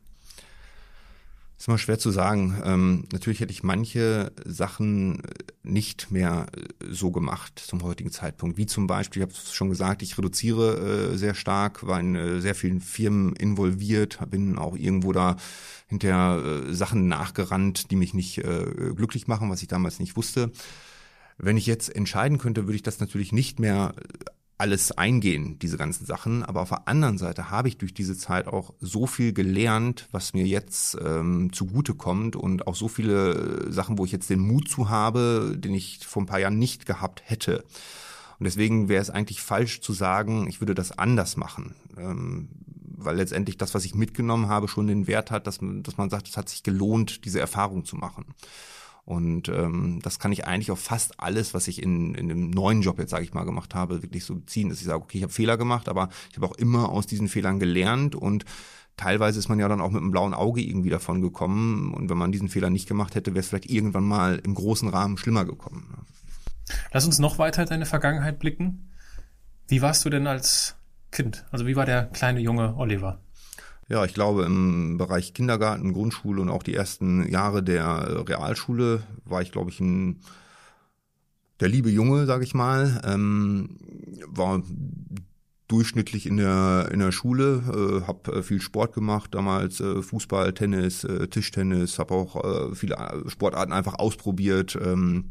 Ist immer schwer zu sagen. Ähm, natürlich hätte ich manche Sachen nicht mehr so gemacht zum heutigen Zeitpunkt. Wie zum Beispiel, ich habe es schon gesagt, ich reduziere äh, sehr stark, war in äh, sehr vielen Firmen involviert, bin auch irgendwo da hinter äh, Sachen nachgerannt, die mich nicht äh, glücklich machen, was ich damals nicht wusste. Wenn ich jetzt entscheiden könnte, würde ich das natürlich nicht mehr alles eingehen, diese ganzen Sachen. Aber auf der anderen Seite habe ich durch diese Zeit auch so viel gelernt, was mir jetzt ähm, zugutekommt und auch so viele Sachen, wo ich jetzt den Mut zu habe, den ich vor ein paar Jahren nicht gehabt hätte. Und deswegen wäre es eigentlich falsch zu sagen, ich würde das anders machen. Ähm, weil letztendlich das, was ich mitgenommen habe, schon den Wert hat, dass man, dass man sagt, es hat sich gelohnt, diese Erfahrung zu machen. Und ähm, das kann ich eigentlich auf fast alles, was ich in in dem neuen Job jetzt, sage ich mal, gemacht habe, wirklich so beziehen, dass ich sage, okay, ich habe Fehler gemacht, aber ich habe auch immer aus diesen Fehlern gelernt und teilweise ist man ja dann auch mit einem blauen Auge irgendwie davon gekommen und wenn man diesen Fehler nicht gemacht hätte, wäre es vielleicht irgendwann mal im großen Rahmen schlimmer gekommen. Lass uns noch weiter in deine Vergangenheit blicken. Wie warst du denn als Kind? Also wie war der kleine junge Oliver? Ja, ich glaube, im Bereich Kindergarten, Grundschule und auch die ersten Jahre der Realschule war ich, glaube ich, ein der liebe Junge, sage ich mal, ähm, war durchschnittlich in der in der Schule, äh, habe viel Sport gemacht, damals äh, Fußball, Tennis, äh, Tischtennis, habe auch äh, viele Sportarten einfach ausprobiert, ähm,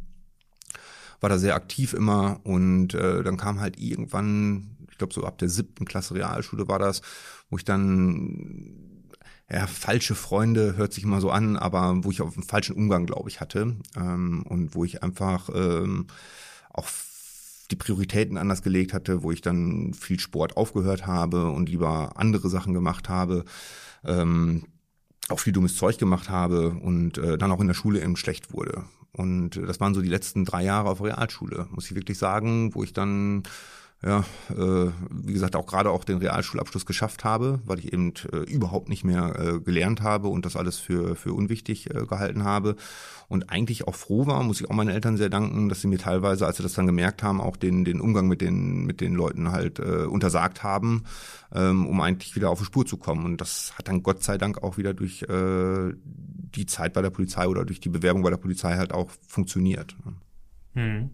war da sehr aktiv immer und äh, dann kam halt irgendwann, ich glaube so ab der siebten Klasse Realschule war das, wo ich dann, ja, falsche Freunde, hört sich immer so an, aber wo ich auf einen falschen Umgang, glaube ich, hatte ähm, und wo ich einfach ähm, auch die Prioritäten anders gelegt hatte, wo ich dann viel Sport aufgehört habe und lieber andere Sachen gemacht habe, ähm, auch viel dummes Zeug gemacht habe und äh, dann auch in der Schule eben schlecht wurde. Und äh, das waren so die letzten drei Jahre auf Realschule, muss ich wirklich sagen, wo ich dann ja, äh, wie gesagt, auch gerade auch den Realschulabschluss geschafft habe, weil ich eben äh, überhaupt nicht mehr äh, gelernt habe und das alles für für unwichtig äh, gehalten habe und eigentlich auch froh war, muss ich auch meinen Eltern sehr danken, dass sie mir teilweise, als sie das dann gemerkt haben, auch den den Umgang mit den mit den Leuten halt äh, untersagt haben, ähm, um eigentlich wieder auf die Spur zu kommen und das hat dann Gott sei Dank auch wieder durch äh, die Zeit bei der Polizei oder durch die Bewerbung bei der Polizei halt auch funktioniert. Hm.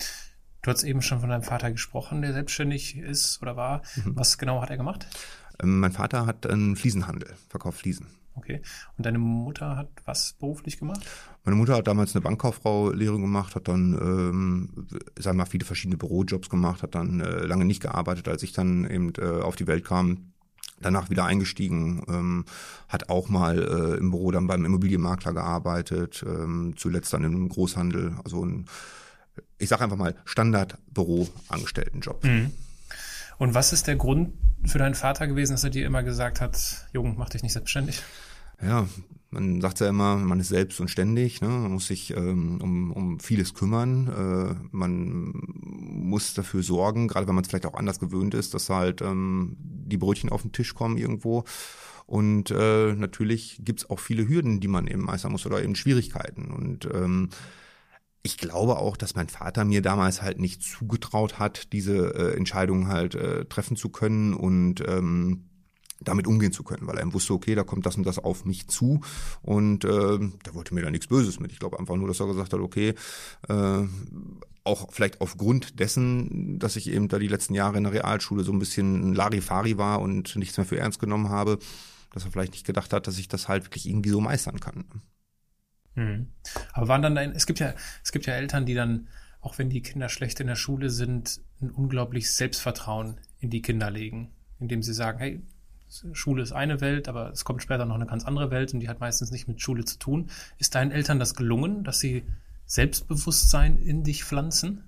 Du hast eben schon von deinem Vater gesprochen, der selbstständig ist oder war. Mhm. Was genau hat er gemacht? Ähm, mein Vater hat einen Fliesenhandel, verkauft Fliesen. Okay. Und deine Mutter hat was beruflich gemacht? Meine Mutter hat damals eine Bankkauffrau-Lehre gemacht, hat dann, ähm, sagen wir mal, viele verschiedene Bürojobs gemacht, hat dann äh, lange nicht gearbeitet, als ich dann eben äh, auf die Welt kam. Danach wieder eingestiegen, ähm, hat auch mal äh, im Büro dann beim Immobilienmakler gearbeitet, ähm, zuletzt dann im Großhandel, also ein, ich sage einfach mal, Standardbüro-Angestelltenjob. Mhm. Und was ist der Grund für deinen Vater gewesen, dass er dir immer gesagt hat, Jung, mach dich nicht selbstständig? Ja, man sagt ja immer, man ist selbst und ständig, ne? Man muss sich ähm, um, um vieles kümmern, äh, man muss dafür sorgen, gerade wenn man es vielleicht auch anders gewöhnt ist, dass halt ähm, die Brötchen auf den Tisch kommen irgendwo. Und äh, natürlich gibt's auch viele Hürden, die man eben meistern muss oder eben Schwierigkeiten. Und ähm, ich glaube auch, dass mein Vater mir damals halt nicht zugetraut hat, diese äh, Entscheidung halt äh, treffen zu können und ähm, damit umgehen zu können, weil er wusste, okay, da kommt das und das auf mich zu und äh, da wollte mir da nichts Böses mit. Ich glaube einfach nur, dass er gesagt hat, okay, äh, auch vielleicht aufgrund dessen, dass ich eben da die letzten Jahre in der Realschule so ein bisschen Larifari war und nichts mehr für ernst genommen habe, dass er vielleicht nicht gedacht hat, dass ich das halt wirklich irgendwie so meistern kann. Hm. Aber waren dann, ein, es gibt ja, es gibt ja Eltern, die dann, auch wenn die Kinder schlecht in der Schule sind, ein unglaubliches Selbstvertrauen in die Kinder legen, indem sie sagen, hey, Schule ist eine Welt, aber es kommt später noch eine ganz andere Welt und die hat meistens nicht mit Schule zu tun. Ist deinen Eltern das gelungen, dass sie Selbstbewusstsein in dich pflanzen?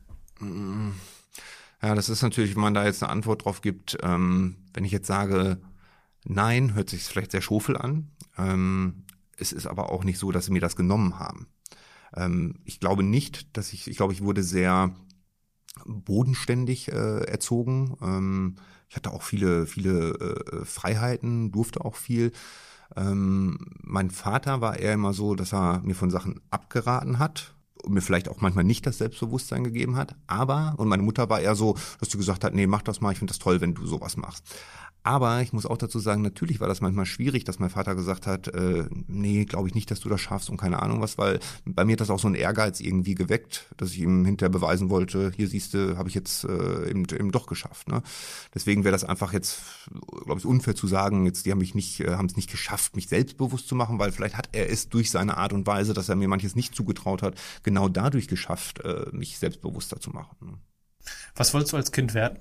Ja, das ist natürlich, wenn man da jetzt eine Antwort drauf gibt, ähm, wenn ich jetzt sage, nein, hört sich vielleicht sehr schofel an. Ähm, es ist aber auch nicht so, dass sie mir das genommen haben. Ähm, ich glaube nicht, dass ich, ich glaube, ich wurde sehr bodenständig äh, erzogen. Ähm, ich hatte auch viele, viele äh, Freiheiten, durfte auch viel. Ähm, mein Vater war eher immer so, dass er mir von Sachen abgeraten hat und mir vielleicht auch manchmal nicht das Selbstbewusstsein gegeben hat. Aber, und meine Mutter war eher so, dass sie gesagt hat, nee, mach das mal, ich finde das toll, wenn du sowas machst. Aber ich muss auch dazu sagen, natürlich war das manchmal schwierig, dass mein Vater gesagt hat, äh, nee, glaube ich nicht, dass du das schaffst und keine Ahnung was, weil bei mir hat das auch so einen Ehrgeiz irgendwie geweckt, dass ich ihm hinterher beweisen wollte, hier siehst du, habe ich jetzt äh, eben, eben doch geschafft. Ne? Deswegen wäre das einfach jetzt, glaube ich, unfair zu sagen, jetzt die haben mich nicht, äh, haben es nicht geschafft, mich selbstbewusst zu machen, weil vielleicht hat er es durch seine Art und Weise, dass er mir manches nicht zugetraut hat, genau dadurch geschafft, äh, mich selbstbewusster zu machen. Ne? Was wolltest du als Kind werden?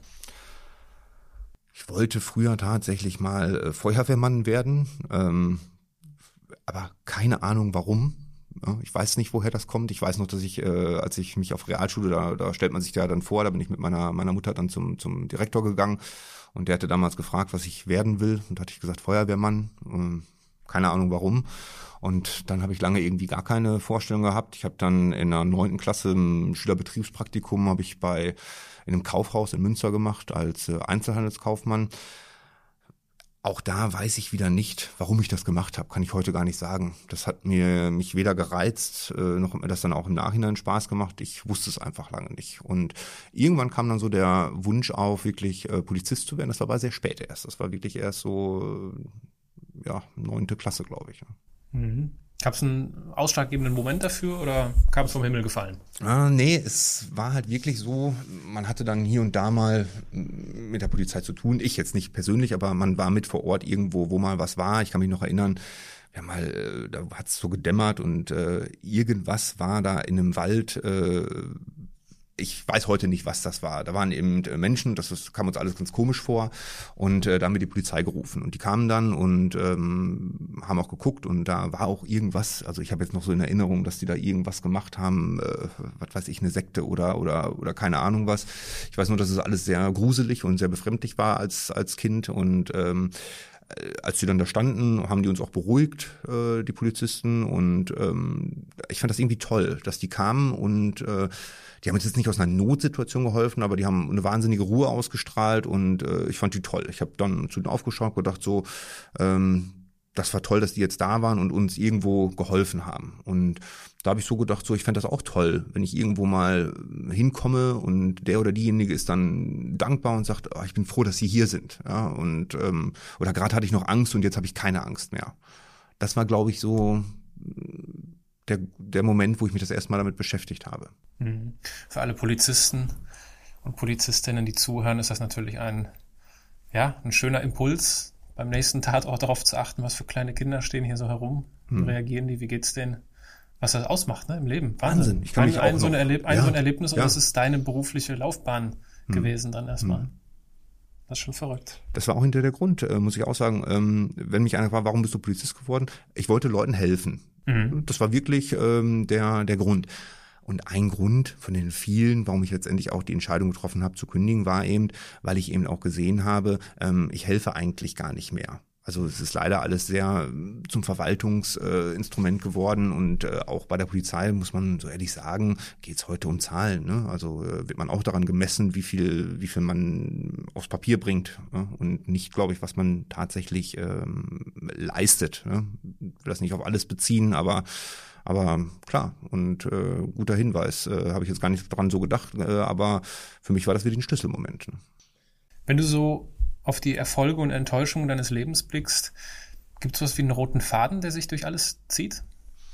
Ich wollte früher tatsächlich mal äh, Feuerwehrmann werden, ähm, aber keine Ahnung warum. Ja, ich weiß nicht, woher das kommt. Ich weiß noch, dass ich, äh, als ich mich auf Realschule, da, da stellt man sich ja dann vor, da bin ich mit meiner meiner Mutter dann zum zum Direktor gegangen und der hatte damals gefragt, was ich werden will und da hatte ich gesagt Feuerwehrmann. Ähm, keine Ahnung warum. Und dann habe ich lange irgendwie gar keine Vorstellung gehabt. Ich habe dann in der neunten Klasse im Schülerbetriebspraktikum habe ich bei in einem Kaufhaus in Münster gemacht als äh, Einzelhandelskaufmann. Auch da weiß ich wieder nicht, warum ich das gemacht habe, kann ich heute gar nicht sagen. Das hat mir mich weder gereizt, äh, noch hat mir das dann auch im Nachhinein Spaß gemacht. Ich wusste es einfach lange nicht. Und irgendwann kam dann so der Wunsch auf, wirklich äh, Polizist zu werden. Das war aber sehr spät erst. Das war wirklich erst so, äh, ja, neunte Klasse, glaube ich. Mhm. Gab es einen ausschlaggebenden Moment dafür oder kam es vom Himmel gefallen? Ah, nee, es war halt wirklich so, man hatte dann hier und da mal mit der Polizei zu tun. Ich jetzt nicht persönlich, aber man war mit vor Ort irgendwo, wo mal was war. Ich kann mich noch erinnern, wir haben mal, da hat es so gedämmert und äh, irgendwas war da in einem Wald. Äh, Ich weiß heute nicht, was das war. Da waren eben Menschen, das ist, kam uns alles ganz komisch vor und äh, da haben wir die Polizei gerufen und die kamen dann und ähm, haben auch geguckt und da war auch irgendwas, also ich habe jetzt noch so in Erinnerung, dass die da irgendwas gemacht haben, äh, was weiß ich, eine Sekte oder oder oder keine Ahnung was. Ich weiß nur, dass es alles sehr gruselig und sehr befremdlich war als als Kind und ähm, als sie dann da standen, haben die uns auch beruhigt, äh, die Polizisten und ähm, ich fand das irgendwie toll, dass die kamen und äh, die haben uns jetzt nicht aus einer Notsituation geholfen, aber die haben eine wahnsinnige Ruhe ausgestrahlt und äh, ich fand die toll. Ich habe dann zu denen aufgeschaut und gedacht so, ähm, das war toll, dass die jetzt da waren und uns irgendwo geholfen haben. Und da habe ich so gedacht, so ich fände das auch toll, wenn ich irgendwo mal hinkomme und der oder diejenige ist dann dankbar und sagt, oh, ich bin froh, dass Sie hier sind. Ja, und ähm, oder gerade hatte ich noch Angst und jetzt habe ich keine Angst mehr. Das war, glaube ich, so der, der Moment, wo ich mich das erste Mal damit beschäftigt habe. Mhm. Für alle Polizisten und Polizistinnen, die zuhören, ist das natürlich ein, ja, ein schöner Impuls, beim nächsten Tatort darauf zu achten, was für kleine Kinder stehen hier so herum, wie hm. reagieren die, wie geht's denen, was das ausmacht, ne, im Leben. Wahnsinn. Wahnsinn. Ich kann mich ein, auch so ein, Erleb- ein ja. so ein Erlebnis und ja. das ist deine berufliche Laufbahn hm. gewesen dann erstmal. Hm. Das ist schon verrückt. Das war auch hinter der Grund, äh, muss ich auch sagen. Ähm, wenn mich einer fragt, warum bist du Polizist geworden? Ich wollte Leuten helfen. Mhm. Das war wirklich ähm, der der Grund. Und ein Grund von den vielen, warum ich letztendlich auch die Entscheidung getroffen habe zu kündigen, war eben, weil ich eben auch gesehen habe, ähm, ich helfe eigentlich gar nicht mehr. Also es ist leider alles sehr zum Verwaltungsinstrument äh, geworden und äh, auch bei der Polizei, muss man so ehrlich sagen, geht es heute um Zahlen. Ne? Also äh, wird man auch daran gemessen, wie viel wie viel man aufs Papier bringt, ne? Und nicht, glaube ich, was man tatsächlich ähm, leistet. Ne? Ich will das nicht auf alles beziehen, aber aber klar, und äh, guter Hinweis, äh, habe ich jetzt gar nicht dran so gedacht, äh, aber für mich war das wirklich ein Schlüsselmoment. Ne? Wenn du so auf die Erfolge und Enttäuschungen deines Lebens blickst, gibt es was wie einen roten Faden, der sich durch alles zieht?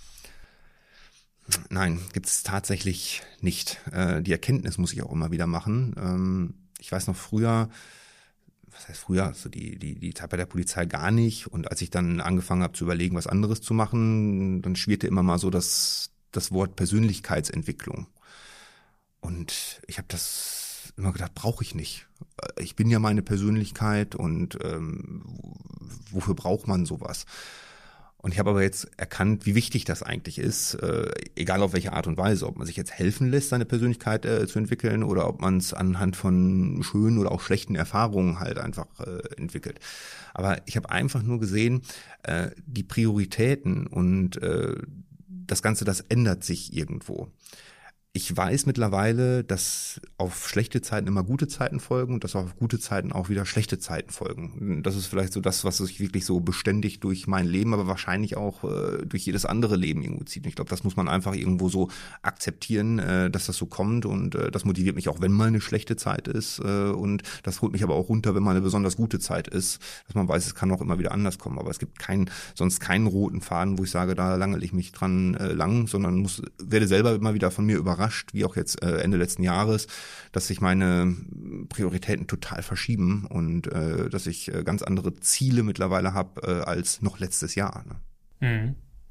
Nein, gibt es tatsächlich nicht. Äh, die Erkenntnis muss ich auch immer wieder machen. Ähm, ich weiß noch früher, was heißt früher, so die, die, die Zeit bei der Polizei gar nicht. Und als ich dann angefangen habe zu überlegen, was anderes zu machen, dann schwirrte immer mal so das, das Wort Persönlichkeitsentwicklung. Und ich habe das immer gedacht, brauche ich nicht. Ich bin ja meine Persönlichkeit und ähm, wofür braucht man sowas? Und ich habe aber jetzt erkannt, wie wichtig das eigentlich ist, äh, egal auf welche Art und Weise, ob man sich jetzt helfen lässt, seine Persönlichkeit äh, zu entwickeln oder ob man es anhand von schönen oder auch schlechten Erfahrungen halt einfach äh, entwickelt. Aber ich habe einfach nur gesehen, äh, die Prioritäten und äh, das Ganze, das ändert sich irgendwo. Ich weiß mittlerweile, dass auf schlechte Zeiten immer gute Zeiten folgen und dass auf gute Zeiten auch wieder schlechte Zeiten folgen. Das ist vielleicht so das, was sich wirklich so beständig durch mein Leben, aber wahrscheinlich auch äh, durch jedes andere Leben irgendwo zieht. Und ich glaube, das muss man einfach irgendwo so akzeptieren, äh, dass das so kommt und äh, das motiviert mich auch, wenn mal eine schlechte Zeit ist äh, und das holt mich aber auch runter, wenn mal eine besonders gute Zeit ist, dass man weiß, es kann auch immer wieder anders kommen. Aber es gibt keinen, sonst keinen roten Faden, wo ich sage, da langele ich mich dran äh, lang, sondern muss, werde selber immer wieder von mir überrascht, wie auch jetzt äh, Ende letzten Jahres, dass sich meine Prioritäten total verschieben und äh, dass ich äh, ganz andere Ziele mittlerweile habe äh, als noch letztes Jahr. Ne? Mhm.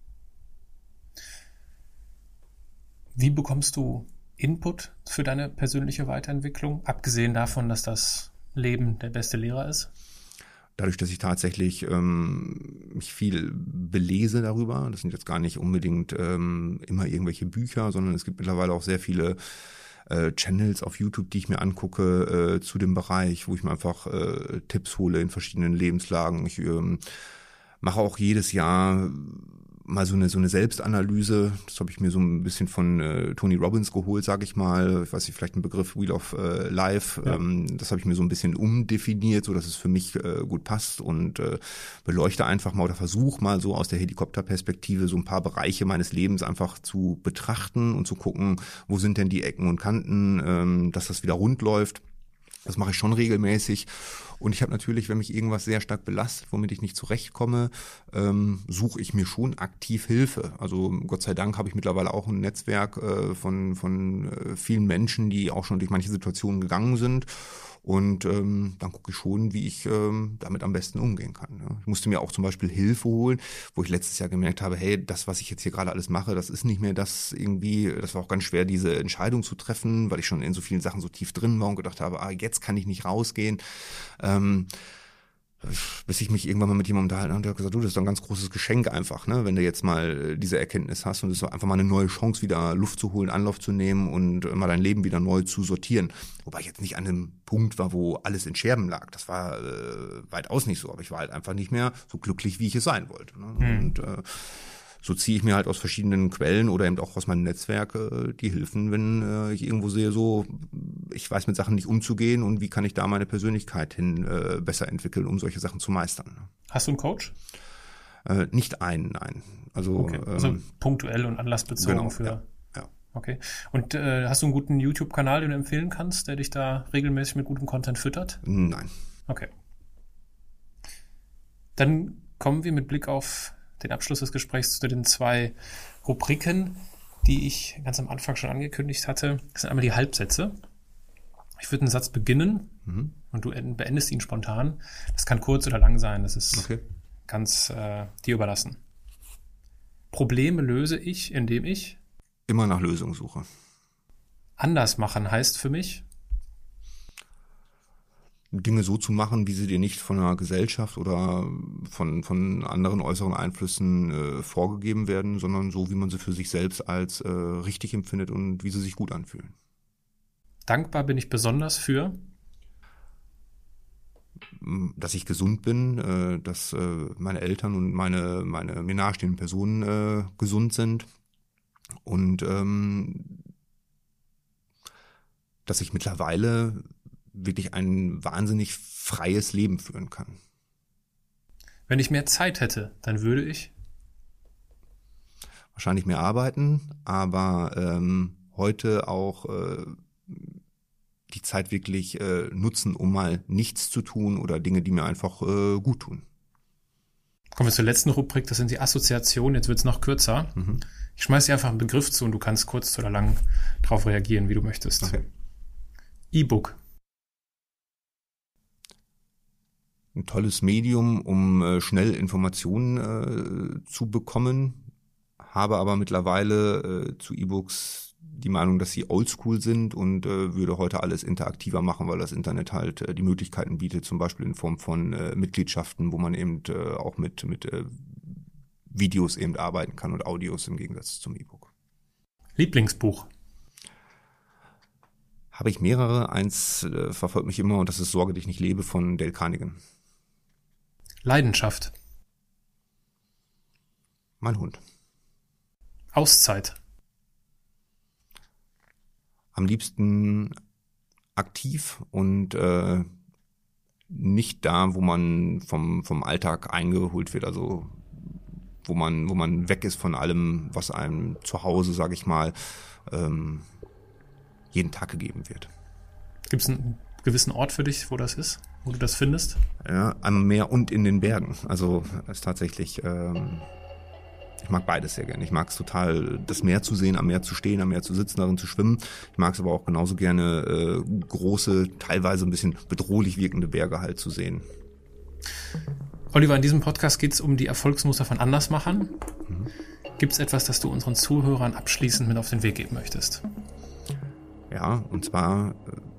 Wie bekommst du Input für deine persönliche Weiterentwicklung, abgesehen davon, dass das Leben der beste Lehrer ist? Dadurch, dass ich tatsächlich ähm, mich viel belese darüber, das sind jetzt gar nicht unbedingt ähm, immer irgendwelche Bücher, sondern es gibt mittlerweile auch sehr viele äh, Channels auf YouTube, die ich mir angucke äh, zu dem Bereich, wo ich mir einfach äh, Tipps hole in verschiedenen Lebenslagen. Ich ähm, mache auch jedes Jahr mal so eine so eine Selbstanalyse. Das habe ich mir so ein bisschen von äh, Tony Robbins geholt, sage ich mal. Ich weiß nicht, vielleicht ein Begriff Wheel of äh, Life. Ja. Ähm, das habe ich mir so ein bisschen umdefiniert, so dass es für mich äh, gut passt und äh, beleuchte einfach mal oder versuche mal so aus der Helikopterperspektive so ein paar Bereiche meines Lebens einfach zu betrachten und zu gucken, wo sind denn die Ecken und Kanten, ähm, dass das wieder rund läuft. Das mache ich schon regelmäßig. Und ich habe natürlich, wenn mich irgendwas sehr stark belastet, womit ich nicht zurechtkomme, ähm, suche ich mir schon aktiv Hilfe. Also Gott sei Dank habe ich mittlerweile auch ein Netzwerk äh, von, von äh, vielen Menschen, die auch schon durch manche Situationen gegangen sind. Und ähm, dann gucke ich schon, wie ich ähm, damit am besten umgehen kann. Ja. Ich musste mir auch zum Beispiel Hilfe holen, wo ich letztes Jahr gemerkt habe, hey, das, was ich jetzt hier gerade alles mache, das ist nicht mehr das irgendwie, das war auch ganz schwer, diese Entscheidung zu treffen, weil ich schon in so vielen Sachen so tief drin war und gedacht habe, ah, jetzt kann ich nicht rausgehen. Ähm, bis ich mich irgendwann mal mit jemandem unterhalten habe, der hat gesagt, du, das ist doch ein ganz großes Geschenk einfach, ne, wenn du jetzt mal diese Erkenntnis hast und es ist einfach mal eine neue Chance, wieder Luft zu holen, Anlauf zu nehmen und mal dein Leben wieder neu zu sortieren. Wobei ich jetzt nicht an einem Punkt war, wo alles in Scherben lag. Das war äh, weitaus nicht so, aber ich war halt einfach nicht mehr so glücklich, wie ich es sein wollte. Ne? Mhm. Und äh, so ziehe ich mir halt aus verschiedenen Quellen oder eben auch aus meinem Netzwerk äh, die Hilfen, wenn äh, ich irgendwo sehe, so, ich weiß mit Sachen nicht umzugehen und wie kann ich da meine Persönlichkeit hin äh, besser entwickeln, um solche Sachen zu meistern. Hast du einen Coach? Äh, nicht einen, nein. Also, okay. also ähm, punktuell und anlassbezogen genau, für... Ja, ja. Okay. Und äh, hast du einen guten YouTube-Kanal, den du empfehlen kannst, der dich da regelmäßig mit gutem Content füttert? Nein. Okay. Dann kommen wir mit Blick auf den Abschluss des Gesprächs zu den zwei Rubriken, die ich ganz am Anfang schon angekündigt hatte. Das sind einmal die Halbsätze. Ich würde einen Satz beginnen Mhm. und du beendest ihn spontan. Das kann kurz oder lang sein, das ist Okay. ganz äh, dir überlassen. Probleme löse ich, indem ich Immer nach Lösungen suche. anders machen heißt für mich, Dinge so zu machen, wie sie dir nicht von einer Gesellschaft oder von, von anderen äußeren Einflüssen äh, vorgegeben werden, sondern so, wie man sie für sich selbst als äh, richtig empfindet und wie sie sich gut anfühlen. dankbar bin ich besonders für Dass ich gesund bin, äh, dass äh, meine Eltern und meine, meine mir nahestehenden Personen äh, gesund sind und ähm, dass ich mittlerweile wirklich ein wahnsinnig freies Leben führen kann. Wenn ich mehr Zeit hätte, dann würde ich Wahrscheinlich mehr arbeiten, aber ähm, heute auch äh, die Zeit wirklich äh, nutzen, um mal nichts zu tun oder Dinge, die mir einfach äh, gut tun. Kommen wir zur letzten Rubrik, das sind die Assoziationen, jetzt wird es noch kürzer. Mhm. Ich schmeiß dir einfach einen Begriff zu und du kannst kurz oder lang darauf reagieren, wie du möchtest. Okay. E-Book. Ein tolles Medium, um äh, schnell Informationen äh, zu bekommen, habe aber mittlerweile äh, zu E-Books die Meinung, dass sie oldschool sind und äh, würde heute alles interaktiver machen, weil das Internet halt äh, die Möglichkeiten bietet, zum Beispiel in Form von äh, Mitgliedschaften, wo man eben äh, auch mit, mit äh, Videos eben arbeiten kann und Audios im Gegensatz zum E-Book. Lieblingsbuch. Habe ich mehrere. Eins äh, verfolgt mich immer und das ist Sorge dich nicht lebe von Dale Carnegie. Leidenschaft. Mein Hund. Auszeit. Am liebsten aktiv und äh, nicht da, wo man vom, vom Alltag eingeholt wird, also wo man, wo man weg ist von allem, was einem zu Hause, sage ich mal, ähm, jeden Tag gegeben wird. Gibt es einen gewissen Ort für dich, wo das ist, wo du das findest? Ja, am Meer und in den Bergen. Also es ist tatsächlich, ähm, ich mag beides sehr gerne. Ich mag es total, das Meer zu sehen, am Meer zu stehen, am Meer zu sitzen, darin zu schwimmen. Ich mag es aber auch genauso gerne, äh, große, teilweise ein bisschen bedrohlich wirkende Berge halt zu sehen. Oliver, in diesem Podcast geht es um die Erfolgsmuster von Andersmachern. Mhm. Gibt es etwas, das du unseren Zuhörern abschließend mit auf den Weg geben möchtest? Ja, und zwar,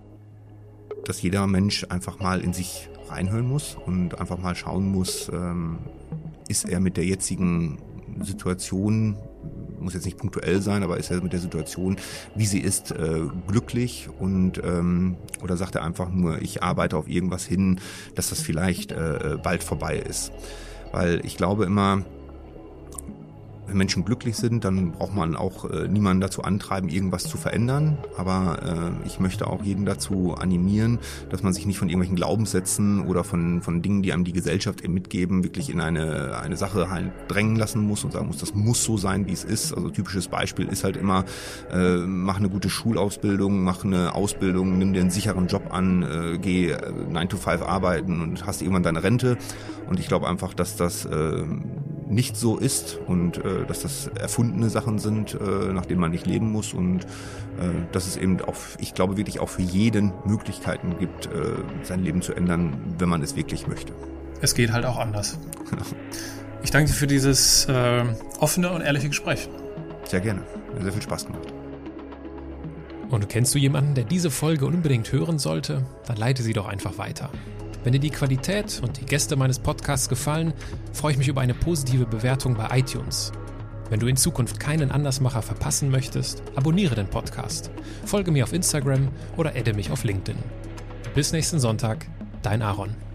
dass jeder Mensch einfach mal in sich reinhören muss und einfach mal schauen muss, ähm, ist er mit der jetzigen Situation, muss jetzt nicht punktuell sein, aber ist er mit der Situation, wie sie ist, äh, glücklich und ähm, oder sagt er einfach nur, ich arbeite auf irgendwas hin, dass das vielleicht äh, bald vorbei ist. Weil ich glaube immer, wenn Menschen glücklich sind, dann braucht man auch äh, niemanden dazu antreiben, irgendwas zu verändern. Aber äh, ich möchte auch jeden dazu animieren, dass man sich nicht von irgendwelchen Glaubenssätzen oder von von Dingen, die einem die Gesellschaft eben mitgeben, wirklich in eine eine Sache halt drängen lassen muss und sagen muss, das muss so sein, wie es ist. Also typisches Beispiel ist halt immer, äh, mach eine gute Schulausbildung, mach eine Ausbildung, nimm dir einen sicheren Job an, äh, geh nine to five arbeiten und hast irgendwann deine Rente. Und ich glaube einfach, dass das äh, nicht so ist und äh, dass das erfundene Sachen sind, äh, nach denen man nicht leben muss und äh, dass es eben auch, ich glaube wirklich auch für jeden Möglichkeiten gibt, äh, sein Leben zu ändern, wenn man es wirklich möchte. Es geht halt auch anders. Ich danke dir für dieses äh, offene und ehrliche Gespräch. Sehr gerne. Hat sehr viel Spaß gemacht. Und kennst du jemanden, der diese Folge unbedingt hören sollte? Dann leite sie doch einfach weiter. Wenn dir die Qualität und die Gäste meines Podcasts gefallen, freue ich mich über eine positive Bewertung bei iTunes. Wenn du in Zukunft keinen Andersmacher verpassen möchtest, abonniere den Podcast, folge mir auf Instagram oder adde mich auf LinkedIn. Bis nächsten Sonntag, dein Aaron.